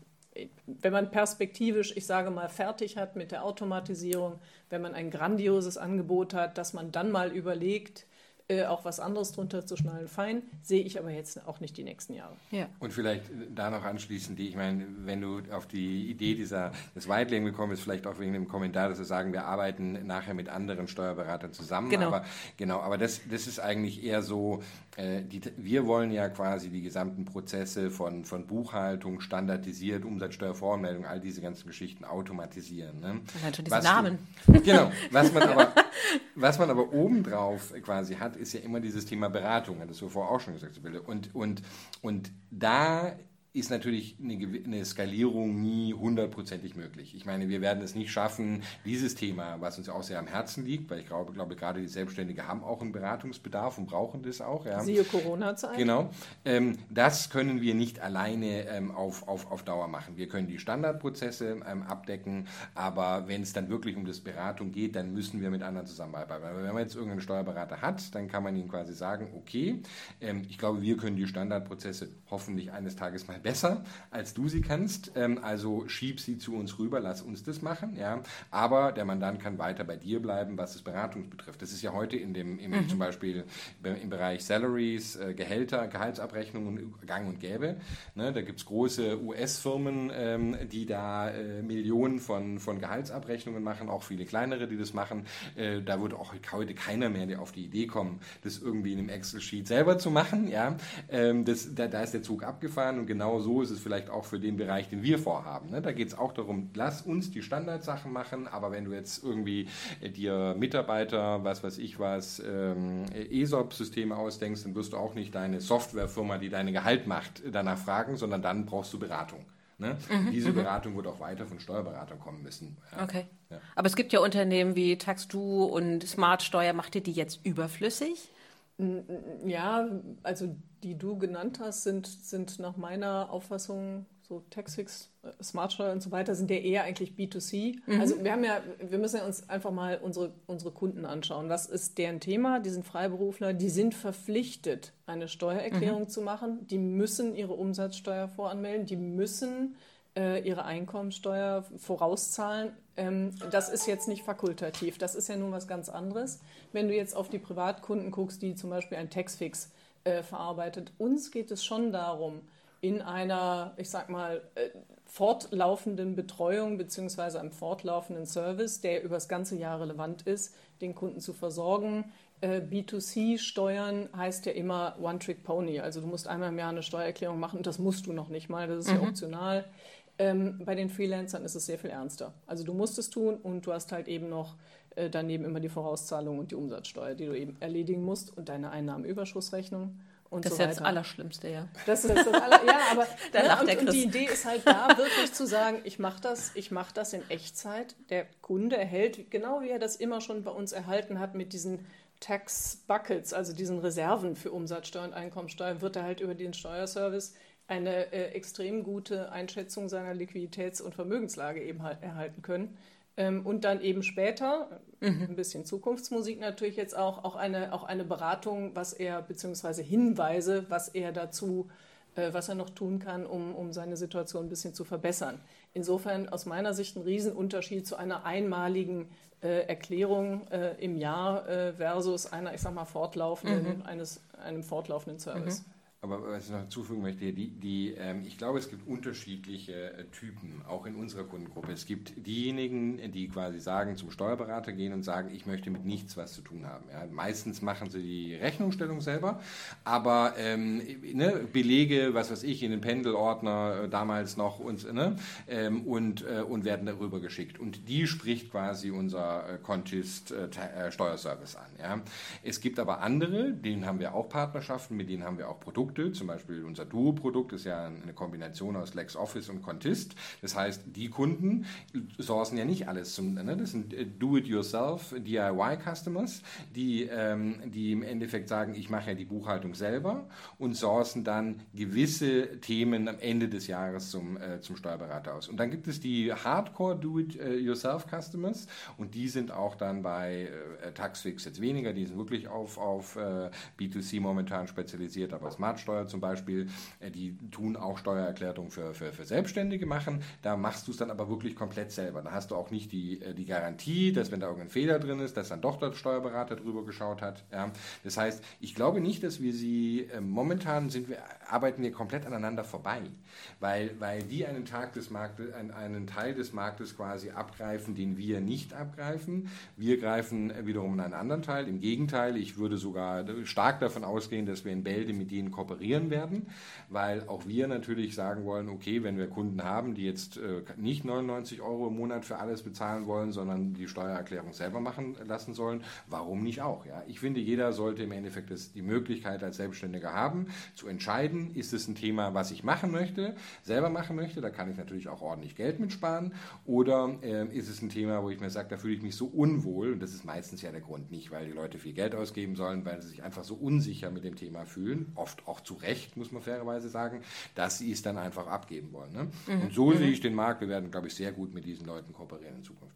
man perspektivisch, ich sage mal, fertig hat mit der Automatisierung, wenn man ein grandioses Angebot hat, dass man dann mal überlegt, auch was anderes drunter zu schnallen, fein, sehe ich aber jetzt auch nicht die nächsten Jahre. Ja. Und vielleicht da noch anschließend, ich meine, wenn du auf die Idee des White Label gekommen bist, vielleicht auch wegen dem Kommentar, dass wir sagen, wir arbeiten nachher mit anderen Steuerberatern zusammen. Genau. Aber das ist eigentlich eher so, wir wollen ja quasi die gesamten Prozesse von Buchhaltung, standardisiert, Umsatzsteuervoranmeldung, all diese ganzen Geschichten automatisieren. Ne? Das sind schon diese Namen. Genau. Was man aber obendrauf quasi hat, ist ja immer dieses Thema Beratung, hattest du vorher auch schon gesagt, Sibylle. Und da ist natürlich eine Skalierung nie 100%ig möglich. Ich meine, wir werden es nicht schaffen, dieses Thema, was uns auch sehr am Herzen liegt, weil ich glaube gerade die Selbstständigen haben auch einen Beratungsbedarf und brauchen das auch. Ja. Siehe Corona-Zeit. Genau. Das können wir nicht alleine auf Dauer machen. Wir können die Standardprozesse abdecken, aber wenn es dann wirklich um das Beratung geht, dann müssen wir mit anderen zusammenarbeiten. Weil wenn man jetzt irgendeinen Steuerberater hat, dann kann man ihm quasi sagen, okay, ich glaube, wir können die Standardprozesse hoffentlich eines Tages mal besser, als du sie kannst. Also schieb sie zu uns rüber, lass uns das machen. Ja. Aber der Mandant kann weiter bei dir bleiben, was das Beratung betrifft. Das ist ja heute zum Beispiel im Bereich Salaries, Gehälter, Gehaltsabrechnungen gang und gäbe. Ne, da gibt es große US-Firmen, die da Millionen von Gehaltsabrechnungen machen, auch viele kleinere, die das machen. Da wird auch heute keiner mehr auf die Idee kommen, das irgendwie in einem Excel-Sheet selber zu machen. Ja. Da ist der Zug abgefahren und genau so ist es vielleicht auch für den Bereich, den wir vorhaben. Ne? Da geht es auch darum, lass uns die Standardsachen machen, aber wenn du jetzt irgendwie dir Mitarbeiter, was weiß ich was, ESOP-Systeme ausdenkst, dann wirst du auch nicht deine Softwarefirma, die dein Gehalt macht, danach fragen, sondern dann brauchst du Beratung. Ne? Diese Beratung wird auch weiter von Steuerberatern kommen müssen. Ja. Okay. Ja. Aber es gibt ja Unternehmen wie Tax2 und Smartsteuer. Macht ihr die jetzt überflüssig? Ja, also die du genannt hast, sind nach meiner Auffassung so Taxfix, Smartsteuer und so weiter, sind ja eher eigentlich B2C. Also wir müssen ja uns einfach mal unsere Kunden anschauen. Was ist deren Thema? Die sind Freiberufler, die sind verpflichtet, eine Steuererklärung zu machen. Die müssen ihre Umsatzsteuer voranmelden, die müssen ihre Einkommensteuer vorauszahlen. Das ist jetzt nicht fakultativ, das ist ja nun was ganz anderes. Wenn du jetzt auf die Privatkunden guckst, die zum Beispiel ein Taxfix verarbeitet, uns geht es schon darum, in einer, ich sag mal, fortlaufenden Betreuung bzw. einem fortlaufenden Service, der über das ganze Jahr relevant ist, den Kunden zu versorgen. B2C-Steuern heißt ja immer One-Trick-Pony, also du musst einmal im Jahr eine Steuererklärung machen und das musst du noch nicht mal, das ist ja optional. Bei den Freelancern ist es sehr viel ernster. Also du musst es tun und du hast halt eben noch daneben immer die Vorauszahlung und die Umsatzsteuer, die du eben erledigen musst und deine Einnahmenüberschussrechnung. und das so weiter. ist jetzt das Allerschlimmste, ja. Das ist das aber Da lacht der und Chris. die Idee ist halt da, wirklich zu sagen, ich mache das in Echtzeit. Der Kunde erhält, genau wie er das immer schon bei uns erhalten hat, mit diesen Tax Buckets, also diesen Reserven für Umsatzsteuer und Einkommensteuer, wird er halt über den Steuerservice eine extrem gute Einschätzung seiner Liquiditäts- und Vermögenslage eben halt erhalten können. Und dann eben später, ein bisschen Zukunftsmusik natürlich jetzt auch eine Beratung, beziehungsweise Hinweise, was er noch tun kann, um seine Situation ein bisschen zu verbessern. Insofern aus meiner Sicht ein Riesenunterschied zu einer einmaligen Erklärung im Jahr versus einer, ich sag mal, einem fortlaufenden Service. Aber was ich noch hinzufügen möchte, ich glaube, es gibt unterschiedliche Typen, auch in unserer Kundengruppe. Es gibt diejenigen, die quasi sagen, zum Steuerberater gehen und sagen, ich möchte mit nichts was zu tun haben. Ja, meistens machen sie die Rechnungsstellung selber, aber Belege, was weiß ich, in den Pendelordner damals noch und werden darüber geschickt. Und die spricht quasi unser Contist Steuerservice an. Ja. Es gibt aber andere, denen haben wir auch Partnerschaften, mit denen haben wir auch Produkte. Zum Beispiel unser Duo-Produkt ist ja eine Kombination aus LexOffice und Contist. Das heißt, die Kunden sourcen ja nicht alles. Das sind Do-it-yourself, DIY-Customers, die im Endeffekt sagen, ich mache ja die Buchhaltung selber und sourcen dann gewisse Themen am Ende des Jahres zum Steuerberater aus. Und dann gibt es die Hardcore Do-it-yourself-Customers und die sind auch dann bei Taxfix jetzt weniger. Die sind wirklich auf B2C momentan spezialisiert, aber Smartsteuer zum Beispiel, die tun auch Steuererklärungen für Selbstständige machen. Da machst du es dann aber wirklich komplett selber. Da hast du auch nicht die Garantie, dass wenn da irgendein Fehler drin ist, dass dann doch der Steuerberater drüber geschaut hat. Ja. Das heißt, ich glaube nicht, dass wir momentan arbeiten wir komplett aneinander vorbei, weil die einen Teil des Marktes quasi abgreifen, den wir nicht abgreifen. Wir greifen wiederum einen anderen Teil. Im Gegenteil, ich würde sogar stark davon ausgehen, dass wir in Bälde mit denen kooperieren werden, weil auch wir natürlich sagen wollen, okay, wenn wir Kunden haben, die jetzt nicht 99 € im Monat für alles bezahlen wollen, sondern die Steuererklärung selber machen lassen sollen, warum nicht auch? Ja? Ich finde, jeder sollte im Endeffekt die Möglichkeit als Selbstständiger haben, zu entscheiden, ist es ein Thema, was ich selber machen möchte, da kann ich natürlich auch ordentlich Geld mitsparen, oder ist es ein Thema, wo ich mir sage, da fühle ich mich so unwohl, und das ist meistens ja der Grund nicht, weil die Leute viel Geld ausgeben sollen, weil sie sich einfach so unsicher mit dem Thema fühlen, oft auch zu Recht, muss man fairerweise sagen, dass sie es dann einfach abgeben wollen. Ne? Und so sehe ich den Markt. Wir werden, glaube ich, sehr gut mit diesen Leuten kooperieren in Zukunft.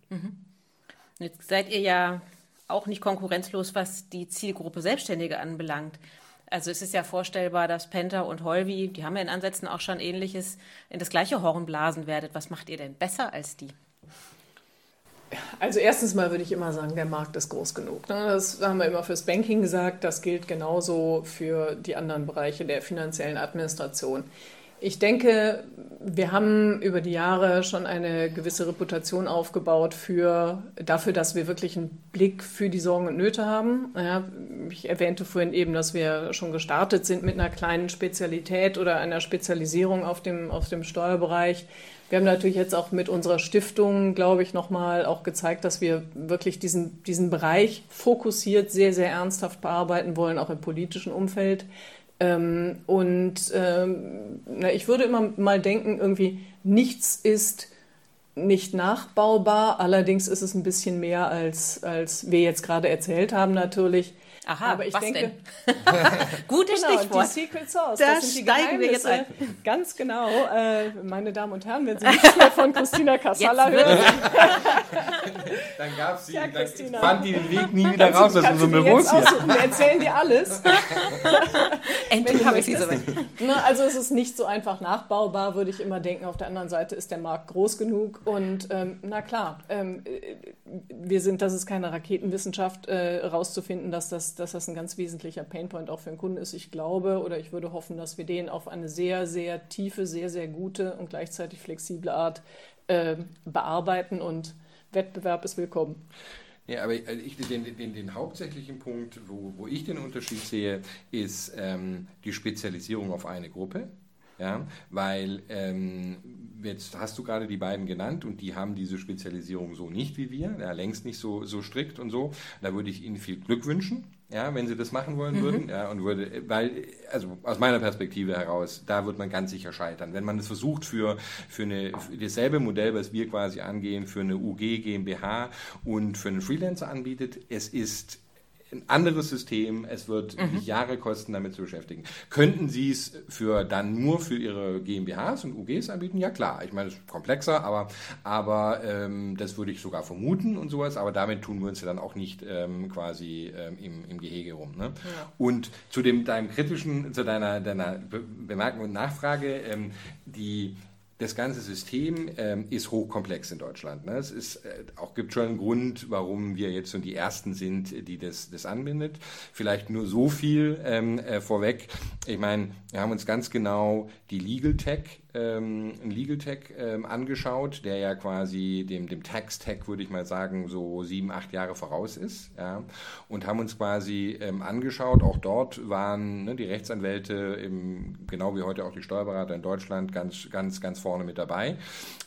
Jetzt seid ihr ja auch nicht konkurrenzlos, was die Zielgruppe Selbstständige anbelangt. Also es ist ja vorstellbar, dass Penta und Holvi, die haben ja in Ansätzen auch schon Ähnliches, in das gleiche Horn blasen werdet. Was macht ihr denn besser als die? Also erstens mal würde ich immer sagen, der Markt ist groß genug. Das haben wir immer fürs Banking gesagt, das gilt genauso für die anderen Bereiche der finanziellen Administration. Ich denke, wir haben über die Jahre schon eine gewisse Reputation aufgebaut dafür, dass wir wirklich einen Blick für die Sorgen und Nöte haben. Ja, ich erwähnte vorhin eben, dass wir schon gestartet sind mit einer kleinen Spezialität oder einer Spezialisierung auf dem Steuerbereich. Wir haben natürlich jetzt auch mit unserer Stiftung, glaube ich, nochmal auch gezeigt, dass wir wirklich diesen Bereich fokussiert sehr, sehr ernsthaft bearbeiten wollen, auch im politischen Umfeld. Ich würde immer mal denken, irgendwie nichts ist nicht nachbaubar, allerdings ist es ein bisschen mehr, als wir jetzt gerade erzählt haben natürlich. Aha, aber ich was denke, denn? Gutes Stichwort. Die Secret Sauce, Da das sind die steigen wir jetzt Geheimnisse. Ganz genau. Meine Damen und Herren, wenn Sie nichts mehr von Christina Kassala hören, dann gab sie, ja, Christina, fand die den Weg nie wieder raus aus unserem Büro hier. Wir erzählen dir alles. Endlich habe ich sie soweit. Also es ist nicht so einfach nachbaubar, würde ich immer denken. Auf der anderen Seite ist der Markt groß genug und na klar, das ist keine Raketenwissenschaft, rauszufinden, dass das ein ganz wesentlicher Painpoint auch für den Kunden ist. Ich glaube oder ich würde hoffen, dass wir den auf eine sehr, sehr tiefe, sehr, sehr gute und gleichzeitig flexible Art bearbeiten, und Wettbewerb ist willkommen. Ja, aber den hauptsächlichen Punkt, wo ich den Unterschied sehe, ist die Spezialisierung auf eine Gruppe. Ja, weil jetzt hast du gerade die beiden genannt und die haben diese Spezialisierung so nicht wie wir, längst nicht so strikt und so. Da würde ich Ihnen viel Glück wünschen. ja, wenn sie das machen wollen würden. Ja, weil, also aus meiner Perspektive heraus, da wird man ganz sicher scheitern. Wenn man es versucht für dasselbe Modell, was wir quasi angehen, für eine UG, GmbH und für einen Freelancer anbietet, es ist ein anderes System, es wird Jahre kosten, damit zu beschäftigen. Könnten Sie es nur für Ihre GmbHs und UGs anbieten? Ja klar, ich meine, es ist komplexer, aber das würde ich sogar vermuten und sowas, aber damit tun wir uns ja dann auch nicht quasi im Gehege rum. Ne? Ja. Und zu deinem kritischen, zu deiner Bemerkung und Nachfrage, das ganze System ist hochkomplex in Deutschland. Ne? Es ist gibt schon einen Grund, warum wir jetzt so die Ersten sind, die das anbindet. Vielleicht nur so viel vorweg. Ich meine, wir haben uns ganz genau die Legal Tech angeschaut, der ja quasi dem Tax-Tech, würde ich mal sagen, so 7-8 Jahre voraus ist. Ja? Und haben uns quasi angeschaut, auch dort waren die Rechtsanwälte, genau wie heute auch die Steuerberater in Deutschland, ganz, ganz, ganz vorne mit dabei.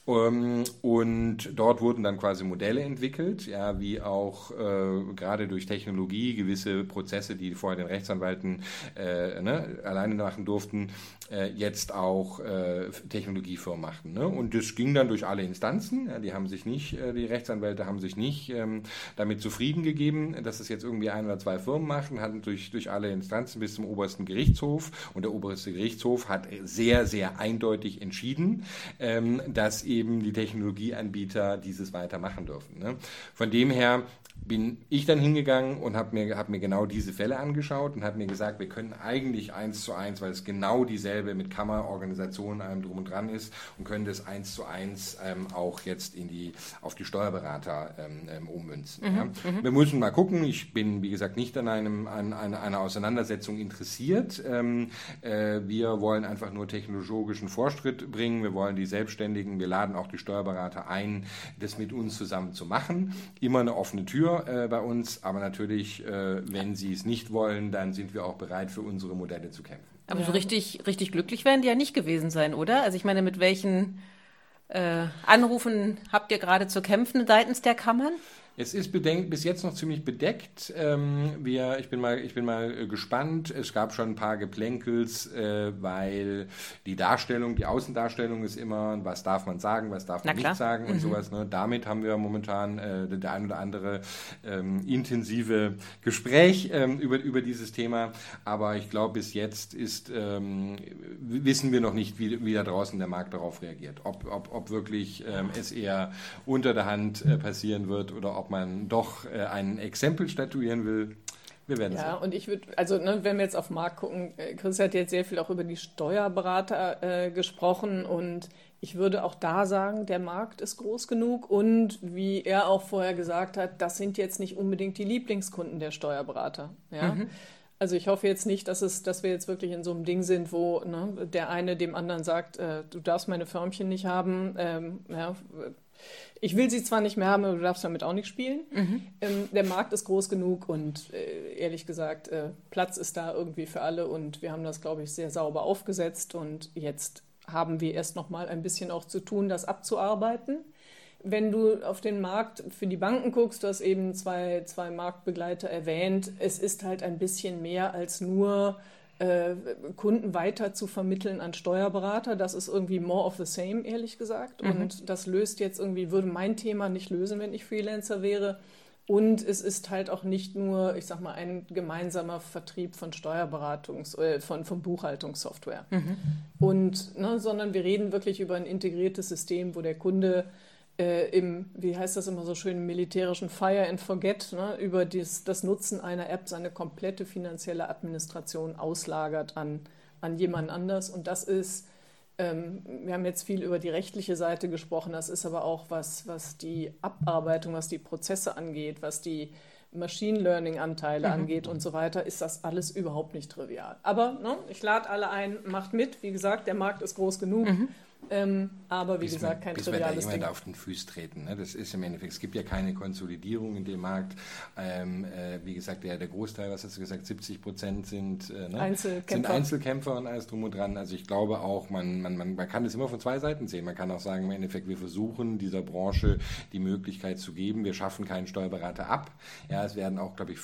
Und dort wurden dann quasi Modelle entwickelt, ja, wie auch gerade durch Technologie gewisse Prozesse, die vorher den Rechtsanwälten alleine machen durften, jetzt auch Technologiefirmen machten. Ne? Und das ging dann durch alle Instanzen. Ja, die Rechtsanwälte haben sich nicht damit zufrieden gegeben, dass es jetzt irgendwie 1 oder 2 Firmen machen, hatten durch alle Instanzen bis zum obersten Gerichtshof. Und der oberste Gerichtshof hat sehr, sehr eindeutig entschieden, dass eben die Technologieanbieter dieses weitermachen dürfen. Ne? Von dem her bin ich dann hingegangen und habe mir genau diese Fälle angeschaut und habe mir gesagt, wir können eigentlich 1:1, weil es genau dieselbe mit Kammerorganisation allem drum und dran ist, und können das 1:1 auch jetzt auf die Steuerberater ummünzen. Ja. Wir müssen mal gucken. Ich bin, wie gesagt, nicht an einer Auseinandersetzung interessiert. Wir wollen einfach nur technologischen Fortschritt bringen. Wir wollen die Selbstständigen, wir laden auch die Steuerberater ein, das mit uns zusammen zu machen. Immer eine offene Tür bei uns, aber natürlich, wenn sie es nicht wollen, dann sind wir auch bereit, für unsere Modelle zu kämpfen. Aber so richtig glücklich werden die ja nicht gewesen sein, oder? Also ich meine, mit welchen Anrufen habt ihr gerade zu kämpfen seitens der Kammern? Es ist bis jetzt noch ziemlich bedeckt. Ich bin mal gespannt. Es gab schon ein paar Geplänkels, weil die Außendarstellung ist immer, was darf man sagen, was darf man nicht sagen und sowas. Ne? Damit haben wir momentan der ein oder andere intensive Gespräch über dieses Thema. Aber ich glaube, bis jetzt wissen wir noch nicht, wie da draußen der Markt darauf reagiert. Ob wirklich es eher unter der Hand passieren wird oder ob man doch ein Exempel statuieren will. Wir werden sehen. Ja, und ich würde, wenn wir jetzt auf den Markt gucken, Chris hat jetzt sehr viel auch über die Steuerberater gesprochen, und ich würde auch da sagen, der Markt ist groß genug, und wie er auch vorher gesagt hat, das sind jetzt nicht unbedingt die Lieblingskunden der Steuerberater. Ja? Also ich hoffe jetzt nicht, dass wir jetzt wirklich in so einem Ding sind, wo der eine dem anderen sagt, du darfst meine Förmchen nicht haben, ich will sie zwar nicht mehr haben, aber du darfst damit auch nicht spielen. Der Markt ist groß genug, und ehrlich gesagt, Platz ist da irgendwie für alle, und wir haben das, glaube ich, sehr sauber aufgesetzt, und jetzt haben wir erst noch mal ein bisschen auch zu tun, das abzuarbeiten. Wenn du auf den Markt für die Banken guckst, du hast eben zwei Marktbegleiter erwähnt, es ist halt ein bisschen mehr als nur Kunden weiter zu vermitteln an Steuerberater. Das ist irgendwie more of the same, ehrlich gesagt. Und das würde mein Thema nicht lösen, wenn ich Freelancer wäre. Und es ist halt auch nicht nur, ich sag mal, ein gemeinsamer Vertrieb von von Buchhaltungssoftware. Sondern wir reden wirklich über ein integriertes System, wo der Kunde wie heißt das immer so schön, im militärischen Fire and Forget, über das Nutzen einer App seine komplette finanzielle Administration auslagert an jemand anders. Und das ist, wir haben jetzt viel über die rechtliche Seite gesprochen, das ist aber auch was die Abarbeitung, was die Prozesse angeht, was die Machine Learning-Anteile angeht und so weiter, ist das alles überhaupt nicht trivial. Aber ich lade alle ein, macht mit. Wie gesagt, der Markt ist groß genug. Aber wie gesagt, kein triviales Ding. Bis wir da jemand auf den Fuß treten. Ne? Das ist im Endeffekt, es gibt ja keine Konsolidierung in dem Markt. Wie gesagt, der Großteil, was hast du gesagt, 70% sind Einzelkämpfer und alles drum und dran. Also ich glaube auch, man kann das immer von zwei Seiten sehen. Man kann auch sagen, im Endeffekt, wir versuchen dieser Branche die Möglichkeit zu geben, wir schaffen keinen Steuerberater ab. Ja, es werden auch, glaube ich,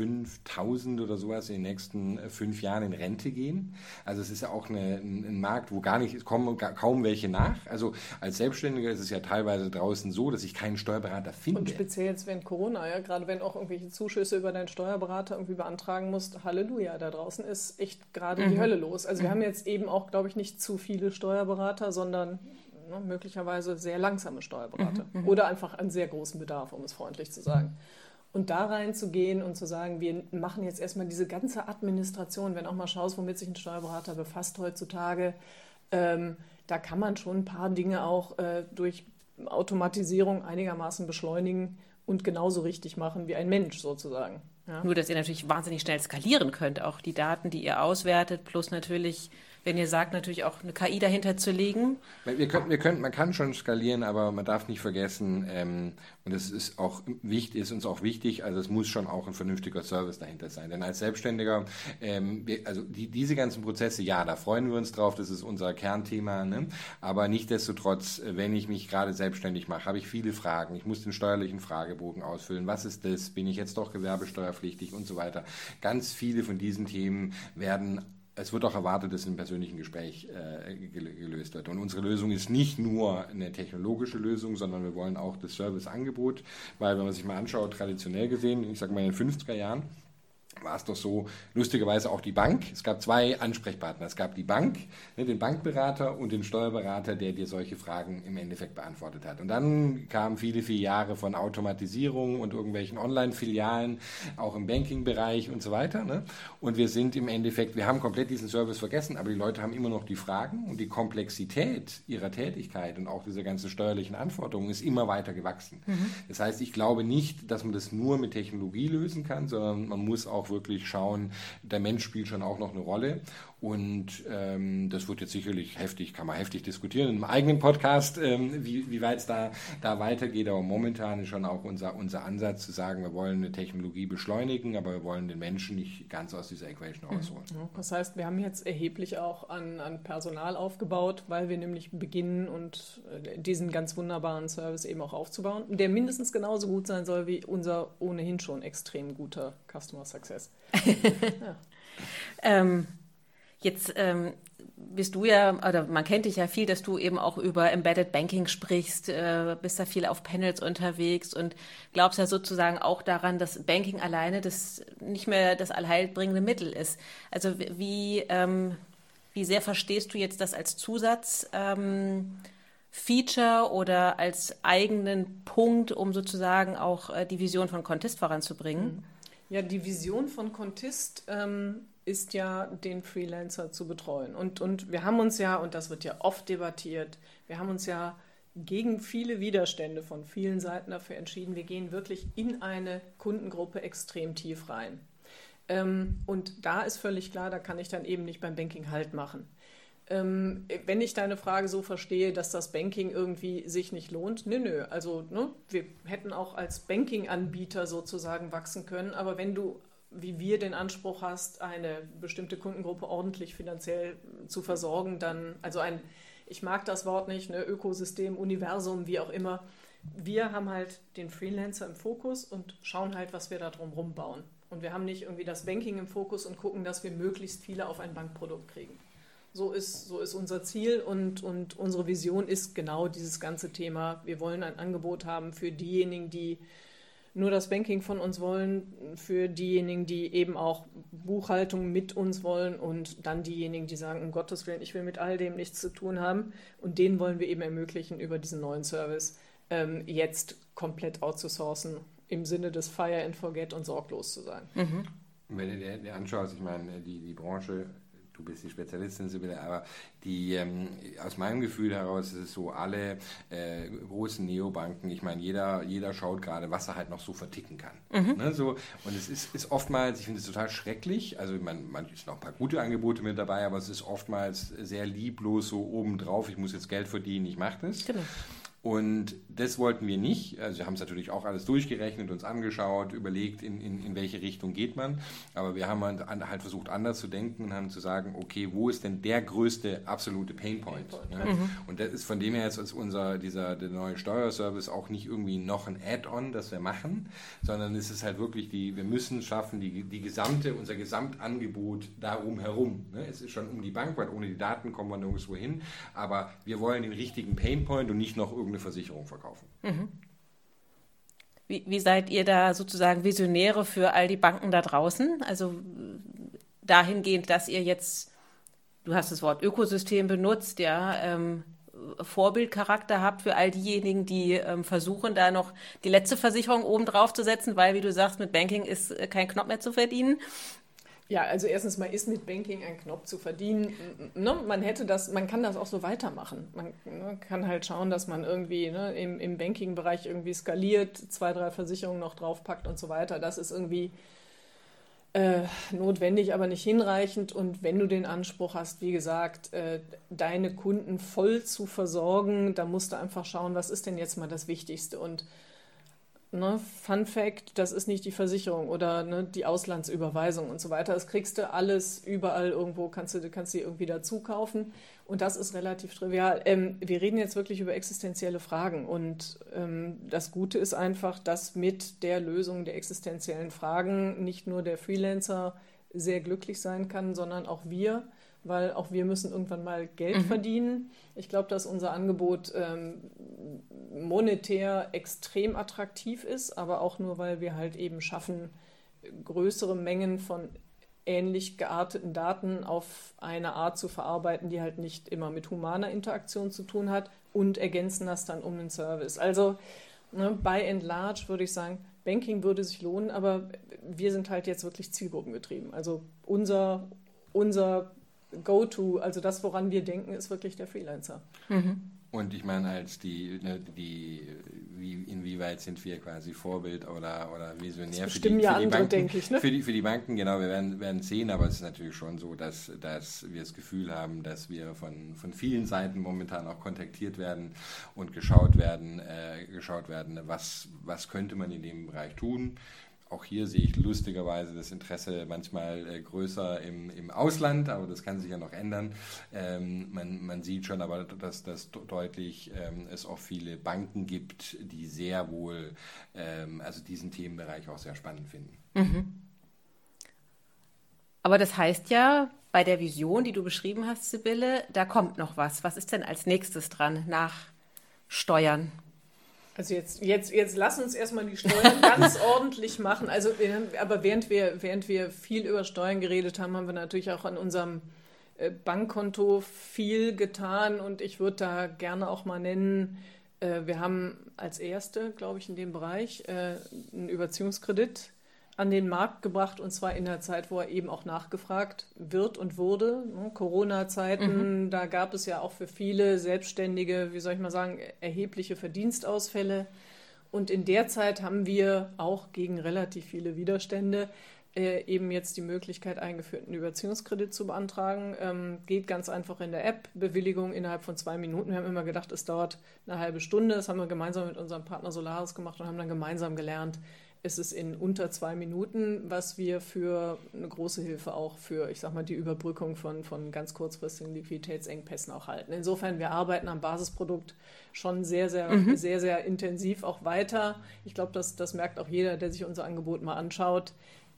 5.000 oder sowas in den nächsten 5 Jahren in Rente gehen. Also es ist ja auch ein Markt, wo kommen kaum welche nach. Also als Selbstständiger ist es ja teilweise draußen so, dass ich keinen Steuerberater finde. Und speziell jetzt während Corona, ja, gerade wenn auch irgendwelche Zuschüsse über deinen Steuerberater irgendwie beantragen musst, Halleluja, da draußen ist echt gerade die Hölle los. Also wir haben jetzt eben auch, glaube ich, nicht zu viele Steuerberater, sondern möglicherweise sehr langsame Steuerberater. Oder einfach einen sehr großen Bedarf, um es freundlich zu sagen. Und da reinzugehen und zu sagen, wir machen jetzt erstmal diese ganze Administration, wenn auch mal schaust, womit sich ein Steuerberater befasst heutzutage, da kann man schon ein paar Dinge auch durch Automatisierung einigermaßen beschleunigen und genauso richtig machen wie ein Mensch sozusagen. Ja? Nur, dass ihr natürlich wahnsinnig schnell skalieren könnt, auch die Daten, die ihr auswertet, plus natürlich, wenn ihr sagt, natürlich auch eine KI dahinter zu legen. Man kann schon skalieren, aber man darf nicht vergessen, und es ist uns auch wichtig, also es muss schon auch ein vernünftiger Service dahinter sein. Denn als Selbstständiger, diese ganzen Prozesse, ja, da freuen wir uns drauf, das ist unser Kernthema, ne? Aber nichtsdestotrotz, wenn ich mich gerade selbstständig mache, habe ich viele Fragen. Ich muss den steuerlichen Fragebogen ausfüllen. Was ist das? Bin ich jetzt doch gewerbesteuerpflichtig und so weiter? Ganz viele von diesen Themen es wird auch erwartet, dass im persönlichen Gespräch gelöst wird. Und unsere Lösung ist nicht nur eine technologische Lösung, sondern wir wollen auch das Serviceangebot, weil wenn man sich mal anschaut, traditionell gesehen, ich sage mal in den 50er Jahren, war es doch so, lustigerweise auch die Bank. Es gab 2 Ansprechpartner. Es gab die Bank, den Bankberater und den Steuerberater, der dir solche Fragen im Endeffekt beantwortet hat. Und dann kamen viele Jahre von Automatisierung und irgendwelchen Online-Filialen, auch im Banking-Bereich und so weiter. Ne? Und wir haben komplett diesen Service vergessen, aber die Leute haben immer noch die Fragen und die Komplexität ihrer Tätigkeit und auch diese ganzen steuerlichen Anforderungen ist immer weiter gewachsen. Das heißt, ich glaube nicht, dass man das nur mit Technologie lösen kann, sondern man muss auch wirklich schauen, der Mensch spielt schon auch noch eine Rolle und das wird jetzt sicherlich kann man heftig diskutieren in einem eigenen Podcast, wie weit es da weitergeht, aber momentan ist schon auch unser Ansatz zu sagen, wir wollen eine Technologie beschleunigen, aber wir wollen den Menschen nicht ganz aus dieser Equation rausholen. Das heißt, wir haben jetzt erheblich auch an Personal aufgebaut, weil wir nämlich beginnen und diesen ganz wunderbaren Service eben auch aufzubauen, der mindestens genauso gut sein soll wie unser ohnehin schon extrem guter Customer Success. Ja. Jetzt bist du ja, oder man kennt dich ja viel, dass du eben auch über Embedded Banking sprichst, bist da viel auf Panels unterwegs und glaubst ja sozusagen auch daran, dass Banking alleine das nicht mehr das allheilbringende Mittel ist. Also wie sehr verstehst du jetzt das als Feature oder als eigenen Punkt, um sozusagen auch die Vision von Contist voranzubringen? Ja, die Vision von Contist ist ja, den Freelancer zu betreuen. Und wir haben uns ja, und das wird ja oft debattiert, wir haben uns ja gegen viele Widerstände von vielen Seiten dafür entschieden, wir gehen wirklich in eine Kundengruppe extrem tief rein. Und da ist völlig klar, da kann ich dann eben nicht beim Banking Halt machen. Wenn ich deine Frage so verstehe, dass das Banking irgendwie sich nicht lohnt, nö. Also wir hätten auch als Banking-Anbieter sozusagen wachsen können, aber wenn du, wie wir, den Anspruch hast, eine bestimmte Kundengruppe ordentlich finanziell zu versorgen, dann, also ich mag das Wort nicht, Ökosystem, Universum, wie auch immer, wir haben halt den Freelancer im Fokus und schauen halt, was wir da drum rumbauen. Und wir haben nicht irgendwie das Banking im Fokus und gucken, dass wir möglichst viele auf ein Bankprodukt kriegen. So ist unser Ziel und unsere Vision ist genau dieses ganze Thema. Wir wollen ein Angebot haben für diejenigen, die nur das Banking von uns wollen, für diejenigen, die eben auch Buchhaltung mit uns wollen und dann diejenigen, die sagen, um Gottes Willen, ich will mit all dem nichts zu tun haben. Und denen wollen wir eben ermöglichen, über diesen neuen Service jetzt komplett outzusourcen, im Sinne des Fire and Forget und sorglos zu sein. Wenn du dir anschaust, ich meine, die Branche, du bist die Spezialistin, Sibylle, aber aus meinem Gefühl heraus ist es so, alle großen Neobanken, ich meine, jeder schaut gerade, was er halt noch so verticken kann. Ne, so, und es ist oftmals, ich finde es total schrecklich, also man sind noch ein paar gute Angebote mit dabei, aber es ist oftmals sehr lieblos so obendrauf, ich muss jetzt Geld verdienen, ich mache das. Genau. Und das wollten wir nicht. Also wir haben es natürlich auch alles durchgerechnet, uns angeschaut, überlegt, in welche Richtung geht man. Aber wir haben halt versucht, anders zu denken und haben zu sagen, okay, wo ist denn der größte absolute Painpoint? Ja? Und das ist von dem her jetzt der neue Steuerservice auch nicht irgendwie noch ein Add-on, das wir machen, sondern es ist halt wirklich wir müssen schaffen, unser Gesamtangebot darum herum. Ne? Es ist schon um die Bank, weil ohne die Daten kommen wir nirgendwo hin. Aber wir wollen den richtigen Painpoint und nicht noch eine Versicherung verkaufen. Wie seid ihr da sozusagen Visionäre für all die Banken da draußen? Also dahingehend, dass ihr jetzt, du hast das Wort Ökosystem benutzt, ja, Vorbildcharakter habt für all diejenigen, die versuchen, da noch die letzte Versicherung oben drauf zu setzen, weil, wie du sagst, mit Banking ist kein Knopf mehr zu verdienen. Ja, also erstens mal ist mit Banking ein Knopf zu verdienen. Ne, man kann das auch so weitermachen. Man kann halt schauen, dass man irgendwie im Banking-Bereich irgendwie skaliert, 2, 3 Versicherungen noch draufpackt und so weiter. Das ist irgendwie notwendig, aber nicht hinreichend. Und wenn du den Anspruch hast, wie gesagt, deine Kunden voll zu versorgen, da musst du einfach schauen, was ist denn jetzt mal das Wichtigste. Und Fun Fact, das ist nicht die Versicherung oder die Auslandsüberweisung und so weiter. Das kriegst du alles überall irgendwo, kannst du irgendwie dazu kaufen. Und das ist relativ trivial. Wir reden jetzt wirklich über existenzielle Fragen. Und das Gute ist einfach, dass mit der Lösung der existenziellen Fragen nicht nur der Freelancer sehr glücklich sein kann, sondern auch wir, weil auch wir müssen irgendwann mal Geld verdienen. Ich glaube, dass unser Angebot monetär extrem attraktiv ist, aber auch nur, weil wir halt eben schaffen, größere Mengen von ähnlich gearteten Daten auf eine Art zu verarbeiten, die halt nicht immer mit humaner Interaktion zu tun hat und ergänzen das dann um einen Service. Also by and large würde ich sagen, Banking würde sich lohnen, aber wir sind halt jetzt wirklich zielgruppengetrieben. Also unser Go-To, also das, woran wir denken, ist wirklich der Freelancer. Und ich meine, inwieweit sind wir quasi Vorbild oder Visionär für die Banken, denke ich, ne? Für die Banken, genau, wir werden sehen, aber es ist natürlich schon so, dass wir das Gefühl haben, dass wir von vielen Seiten momentan auch kontaktiert werden und geschaut werden, was könnte man in dem Bereich tun. Auch hier sehe ich lustigerweise das Interesse manchmal größer im Ausland, aber das kann sich ja noch ändern. Man sieht schon aber, dass deutlich es auch viele Banken gibt, die sehr wohl also diesen Themenbereich auch sehr spannend finden. Aber das heißt ja, bei der Vision, die du beschrieben hast, Sibylle, da kommt noch was. Was ist denn als nächstes dran nach Steuern? Also jetzt lass uns erstmal die Steuern ganz ordentlich machen. Also, aber während wir viel über Steuern geredet haben, haben wir natürlich auch an unserem Bankkonto viel getan. Und ich würde da gerne auch mal nennen, wir haben als erste, glaube ich, in dem Bereich einen Überziehungskredit an den Markt gebracht, und zwar in der Zeit, wo er eben auch nachgefragt wird und wurde. Corona-Zeiten, da gab es ja auch für viele Selbstständige, wie soll ich mal sagen, erhebliche Verdienstausfälle. Und in der Zeit haben wir auch gegen relativ viele Widerstände eben jetzt die Möglichkeit eingeführt, einen Überziehungskredit zu beantragen. Geht ganz einfach in der App, Bewilligung innerhalb von 2 Minuten. Wir haben immer gedacht, es dauert eine halbe Stunde. Das haben wir gemeinsam mit unserem Partner Solaris gemacht und haben dann gemeinsam gelernt, ist es in unter 2 Minuten, was wir für eine große Hilfe auch für, ich sag mal, die Überbrückung von ganz kurzfristigen Liquiditätsengpässen auch halten. Insofern, wir arbeiten am Basisprodukt schon sehr, sehr intensiv auch weiter. Ich glaube, das merkt auch jeder, der sich unser Angebot mal anschaut.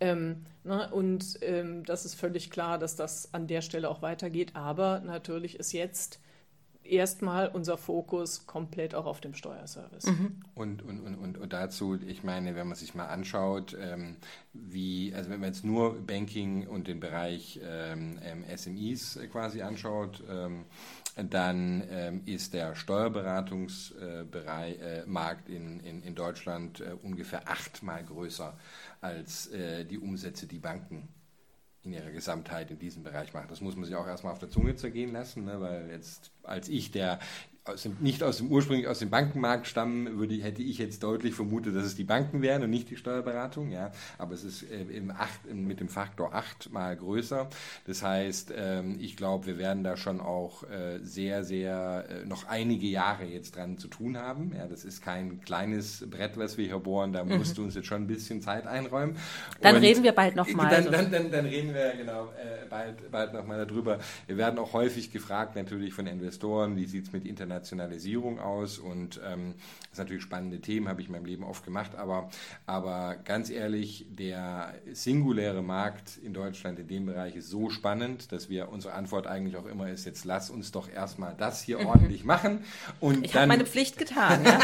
Das ist völlig klar, dass das an der Stelle auch weitergeht. Aber natürlich ist jetzt erstmal unser Fokus komplett auch auf dem Steuerservice. Und dazu, ich meine, wenn man sich mal anschaut, also wenn man jetzt nur Banking und den Bereich SMEs quasi anschaut, dann ist der Steuerberatungsmarkt in Deutschland ungefähr 8-mal größer als die Umsätze, die Banken in ihrer Gesamtheit in diesem Bereich machen. Das muss man sich auch erstmal auf der Zunge zergehen lassen, ne? Weil jetzt als ich, der ursprünglich aus dem Bankenmarkt stammen, hätte ich jetzt deutlich vermutet, dass es die Banken wären und nicht die Steuerberatung. Ja, aber es ist mit dem Faktor 8 mal größer. Das heißt, ich glaube, wir werden da schon auch sehr, sehr noch einige Jahre jetzt dran zu tun haben. Ja, das ist kein kleines Brett, was wir hier bohren. Da musst du uns jetzt schon ein bisschen Zeit einräumen. Dann reden wir bald nochmal. Dann reden wir bald nochmal darüber. Wir werden auch häufig gefragt natürlich von Investoren, wie sieht es mit Internationalisierung aus, und das sind natürlich spannende Themen, habe ich in meinem Leben oft gemacht, aber ganz ehrlich, der singuläre Markt in Deutschland in dem Bereich ist so spannend, dass unsere Antwort eigentlich auch immer ist, jetzt lass uns doch erstmal das hier ordentlich machen. Und ich habe meine Pflicht getan, ja.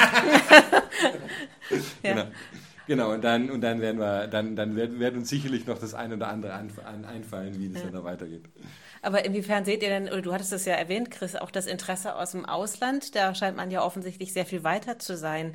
Ja. Genau, und dann werden uns sicherlich noch das ein oder andere einfallen, wie das dann da weitergeht. Aber inwiefern seht ihr denn, oder du hattest es ja erwähnt, Chris, auch das Interesse aus dem Ausland? Da scheint man ja offensichtlich sehr viel weiter zu sein.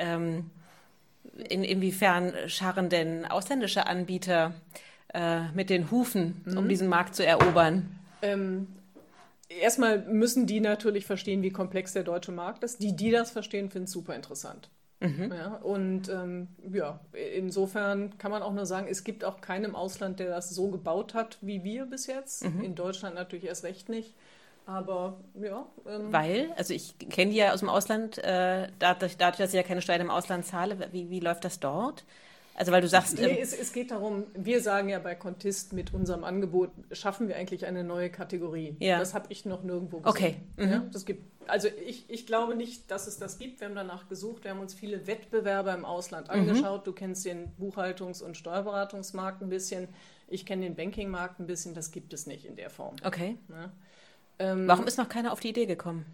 Inwiefern scharren denn ausländische Anbieter mit den Hufen, um diesen Markt zu erobern? Erstmal müssen die natürlich verstehen, wie komplex der deutsche Markt ist. Die das verstehen, finden es super interessant. Ja, und insofern kann man auch nur sagen, es gibt auch keinen im Ausland, der das so gebaut hat wie wir bis jetzt. In Deutschland natürlich erst recht nicht. Aber ja. Weil, also ich kenne die ja aus dem Ausland, dadurch, dass ich ja keine Steuern im Ausland zahle, wie läuft das dort? Also weil du sagst... Nee, es geht darum, wir sagen ja bei Contist, mit unserem Angebot schaffen wir eigentlich eine neue Kategorie. Ja. Das habe ich noch nirgendwo gesehen. Okay. Ja, das gibt, also ich glaube nicht, dass es das gibt. Wir haben danach gesucht, wir haben uns viele Wettbewerber im Ausland angeschaut. Du kennst den Buchhaltungs- und Steuerberatungsmarkt ein bisschen. Ich kenne den Bankingmarkt ein bisschen. Das gibt es nicht in der Form. Okay. Ja. Warum ist noch keiner auf die Idee gekommen?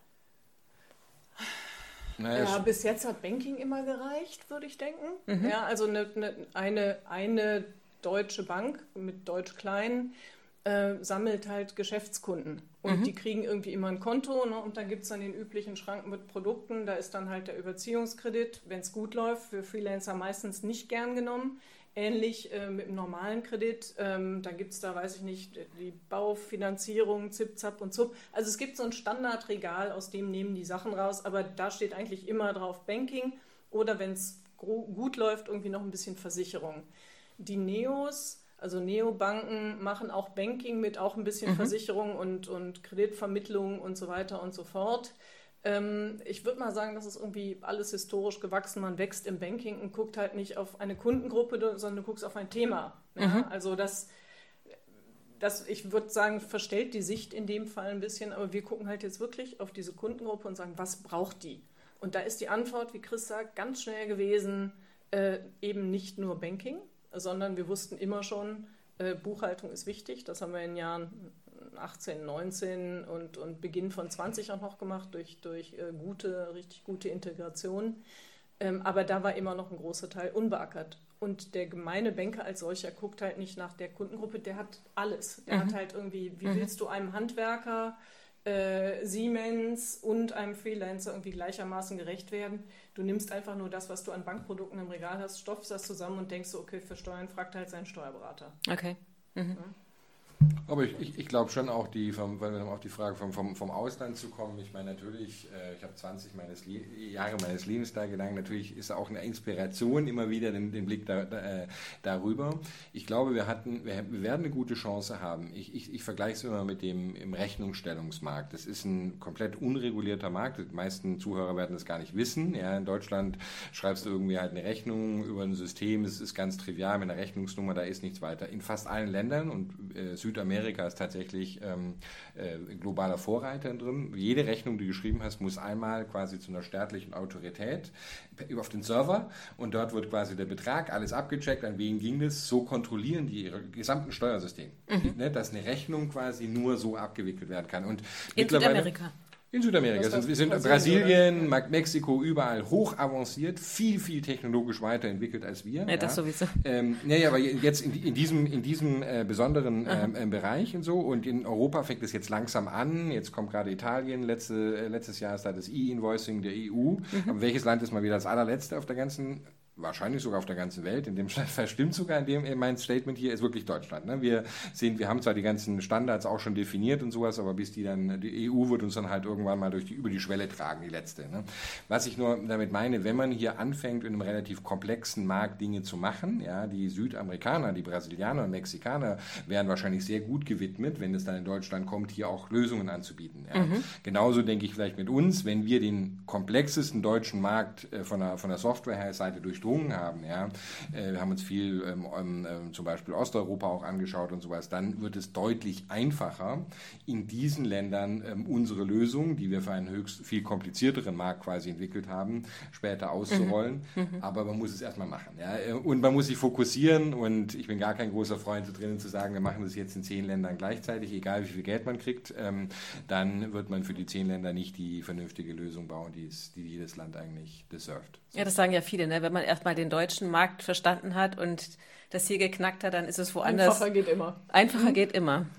Ja, bis jetzt hat Banking immer gereicht, würde ich denken. Ja, also eine deutsche Bank mit Deutsch Klein sammelt halt Geschäftskunden. Und die kriegen irgendwie immer ein Konto, ne? Und dann gibt es dann den üblichen Schrank mit Produkten. Da ist dann halt der Überziehungskredit, wenn es gut läuft, für Freelancer meistens nicht gern genommen. Ähnlich mit einem normalen Kredit, dann gibt es da, weiß ich nicht, die Baufinanzierung, Zip, Zap und Zup. Also es gibt so ein Standardregal, aus dem nehmen die Sachen raus, aber da steht eigentlich immer drauf Banking oder wenn es gut läuft, irgendwie noch ein bisschen Versicherung. Die Neos, also Neobanken, machen auch Banking mit auch ein bisschen Versicherung und Kreditvermittlung und so weiter und so fort. Ich würde mal sagen, das ist irgendwie alles historisch gewachsen. Man wächst im Banking und guckt halt nicht auf eine Kundengruppe, sondern du guckst auf ein Thema. Ja? Also das, ich würde sagen, verstellt die Sicht in dem Fall ein bisschen, aber wir gucken halt jetzt wirklich auf diese Kundengruppe und sagen, was braucht die? Und da ist die Antwort, wie Chris sagt, ganz schnell gewesen, eben nicht nur Banking, sondern wir wussten immer schon, Buchhaltung ist wichtig. Das haben wir in Jahren 18, 19 und Beginn von 20 auch noch gemacht durch richtig gute Integration. Aber da war immer noch ein großer Teil unbeackert. Und der gemeine Banker als solcher guckt halt nicht nach der Kundengruppe, der hat alles. Der hat halt irgendwie, wie willst du einem Handwerker, Siemens und einem Freelancer irgendwie gleichermaßen gerecht werden? Du nimmst einfach nur das, was du an Bankprodukten im Regal hast, stopfst das zusammen und denkst so, okay, für Steuern fragt halt seinen Steuerberater. Okay. Ja. Aber ich glaube schon auch, wenn wir auf die Frage vom Ausland zu kommen, ich meine natürlich, ich habe 20 Jahre meines Lebens da gelangt, natürlich ist auch eine Inspiration immer wieder den Blick darüber. Ich glaube, wir werden eine gute Chance haben. Ich vergleiche es immer mit dem im Rechnungsstellungsmarkt. Das ist ein komplett unregulierter Markt. Die meisten Zuhörer werden das gar nicht wissen. Ja, in Deutschland schreibst du irgendwie halt eine Rechnung über ein System, es ist ganz trivial mit einer Rechnungsnummer, da ist nichts weiter. In fast allen Ländern und Südamerika ist tatsächlich globaler Vorreiter drin. Jede Rechnung, die du geschrieben hast, muss einmal quasi zu einer staatlichen Autorität auf den Server und dort wird quasi der Betrag, alles abgecheckt, an wen ging das, so kontrollieren die ihre gesamten Steuersystem, dass eine Rechnung quasi nur so abgewickelt werden kann. Und in Südamerika? In Südamerika. Wir sind Brasilien, Mexiko, überall hoch avanciert, viel, viel technologisch weiterentwickelt als wir. Ja, das sowieso. Aber jetzt in diesem besonderen Bereich und so. Und in Europa fängt es jetzt langsam an. Jetzt kommt gerade Italien. Letztes Jahr ist da das E-Invoicing der EU. Aber welches Land ist mal wieder das allerletzte auf der ganzen wahrscheinlich sogar auf der ganzen Welt, in dem Fall stimmt sogar, mein Statement hier ist wirklich Deutschland. Ne? Wir haben zwar die ganzen Standards auch schon definiert und sowas, aber die EU wird uns dann halt irgendwann mal über die Schwelle tragen, die letzte. Ne? Was ich nur damit meine, wenn man hier anfängt, in einem relativ komplexen Markt Dinge zu machen, ja, die Südamerikaner, die Brasilianer und Mexikaner wären wahrscheinlich sehr gut gewidmet, wenn es dann in Deutschland kommt, hier auch Lösungen anzubieten. Ja? Genauso denke ich vielleicht mit uns, wenn wir den komplexesten deutschen Markt von der Software-Seite durchdrungen haben, ja, wir haben uns viel zum Beispiel Osteuropa auch angeschaut und sowas, dann wird es deutlich einfacher, in diesen Ländern unsere Lösung, die wir für einen viel komplizierteren Markt quasi entwickelt haben, später auszurollen. Aber man muss es erstmal machen. Ja? Und man muss sich fokussieren und ich bin gar kein großer Freund da drinnen zu sagen, wir machen das jetzt in 10 Ländern gleichzeitig, egal wie viel Geld man kriegt, dann wird man für die 10 Länder nicht die vernünftige Lösung bauen, die jedes Land eigentlich deserved. Ja, das sagen ja viele, ne? Wenn man erstmal den deutschen Markt verstanden hat und das hier geknackt hat, dann ist es woanders. Einfacher geht immer. Einfacher geht immer.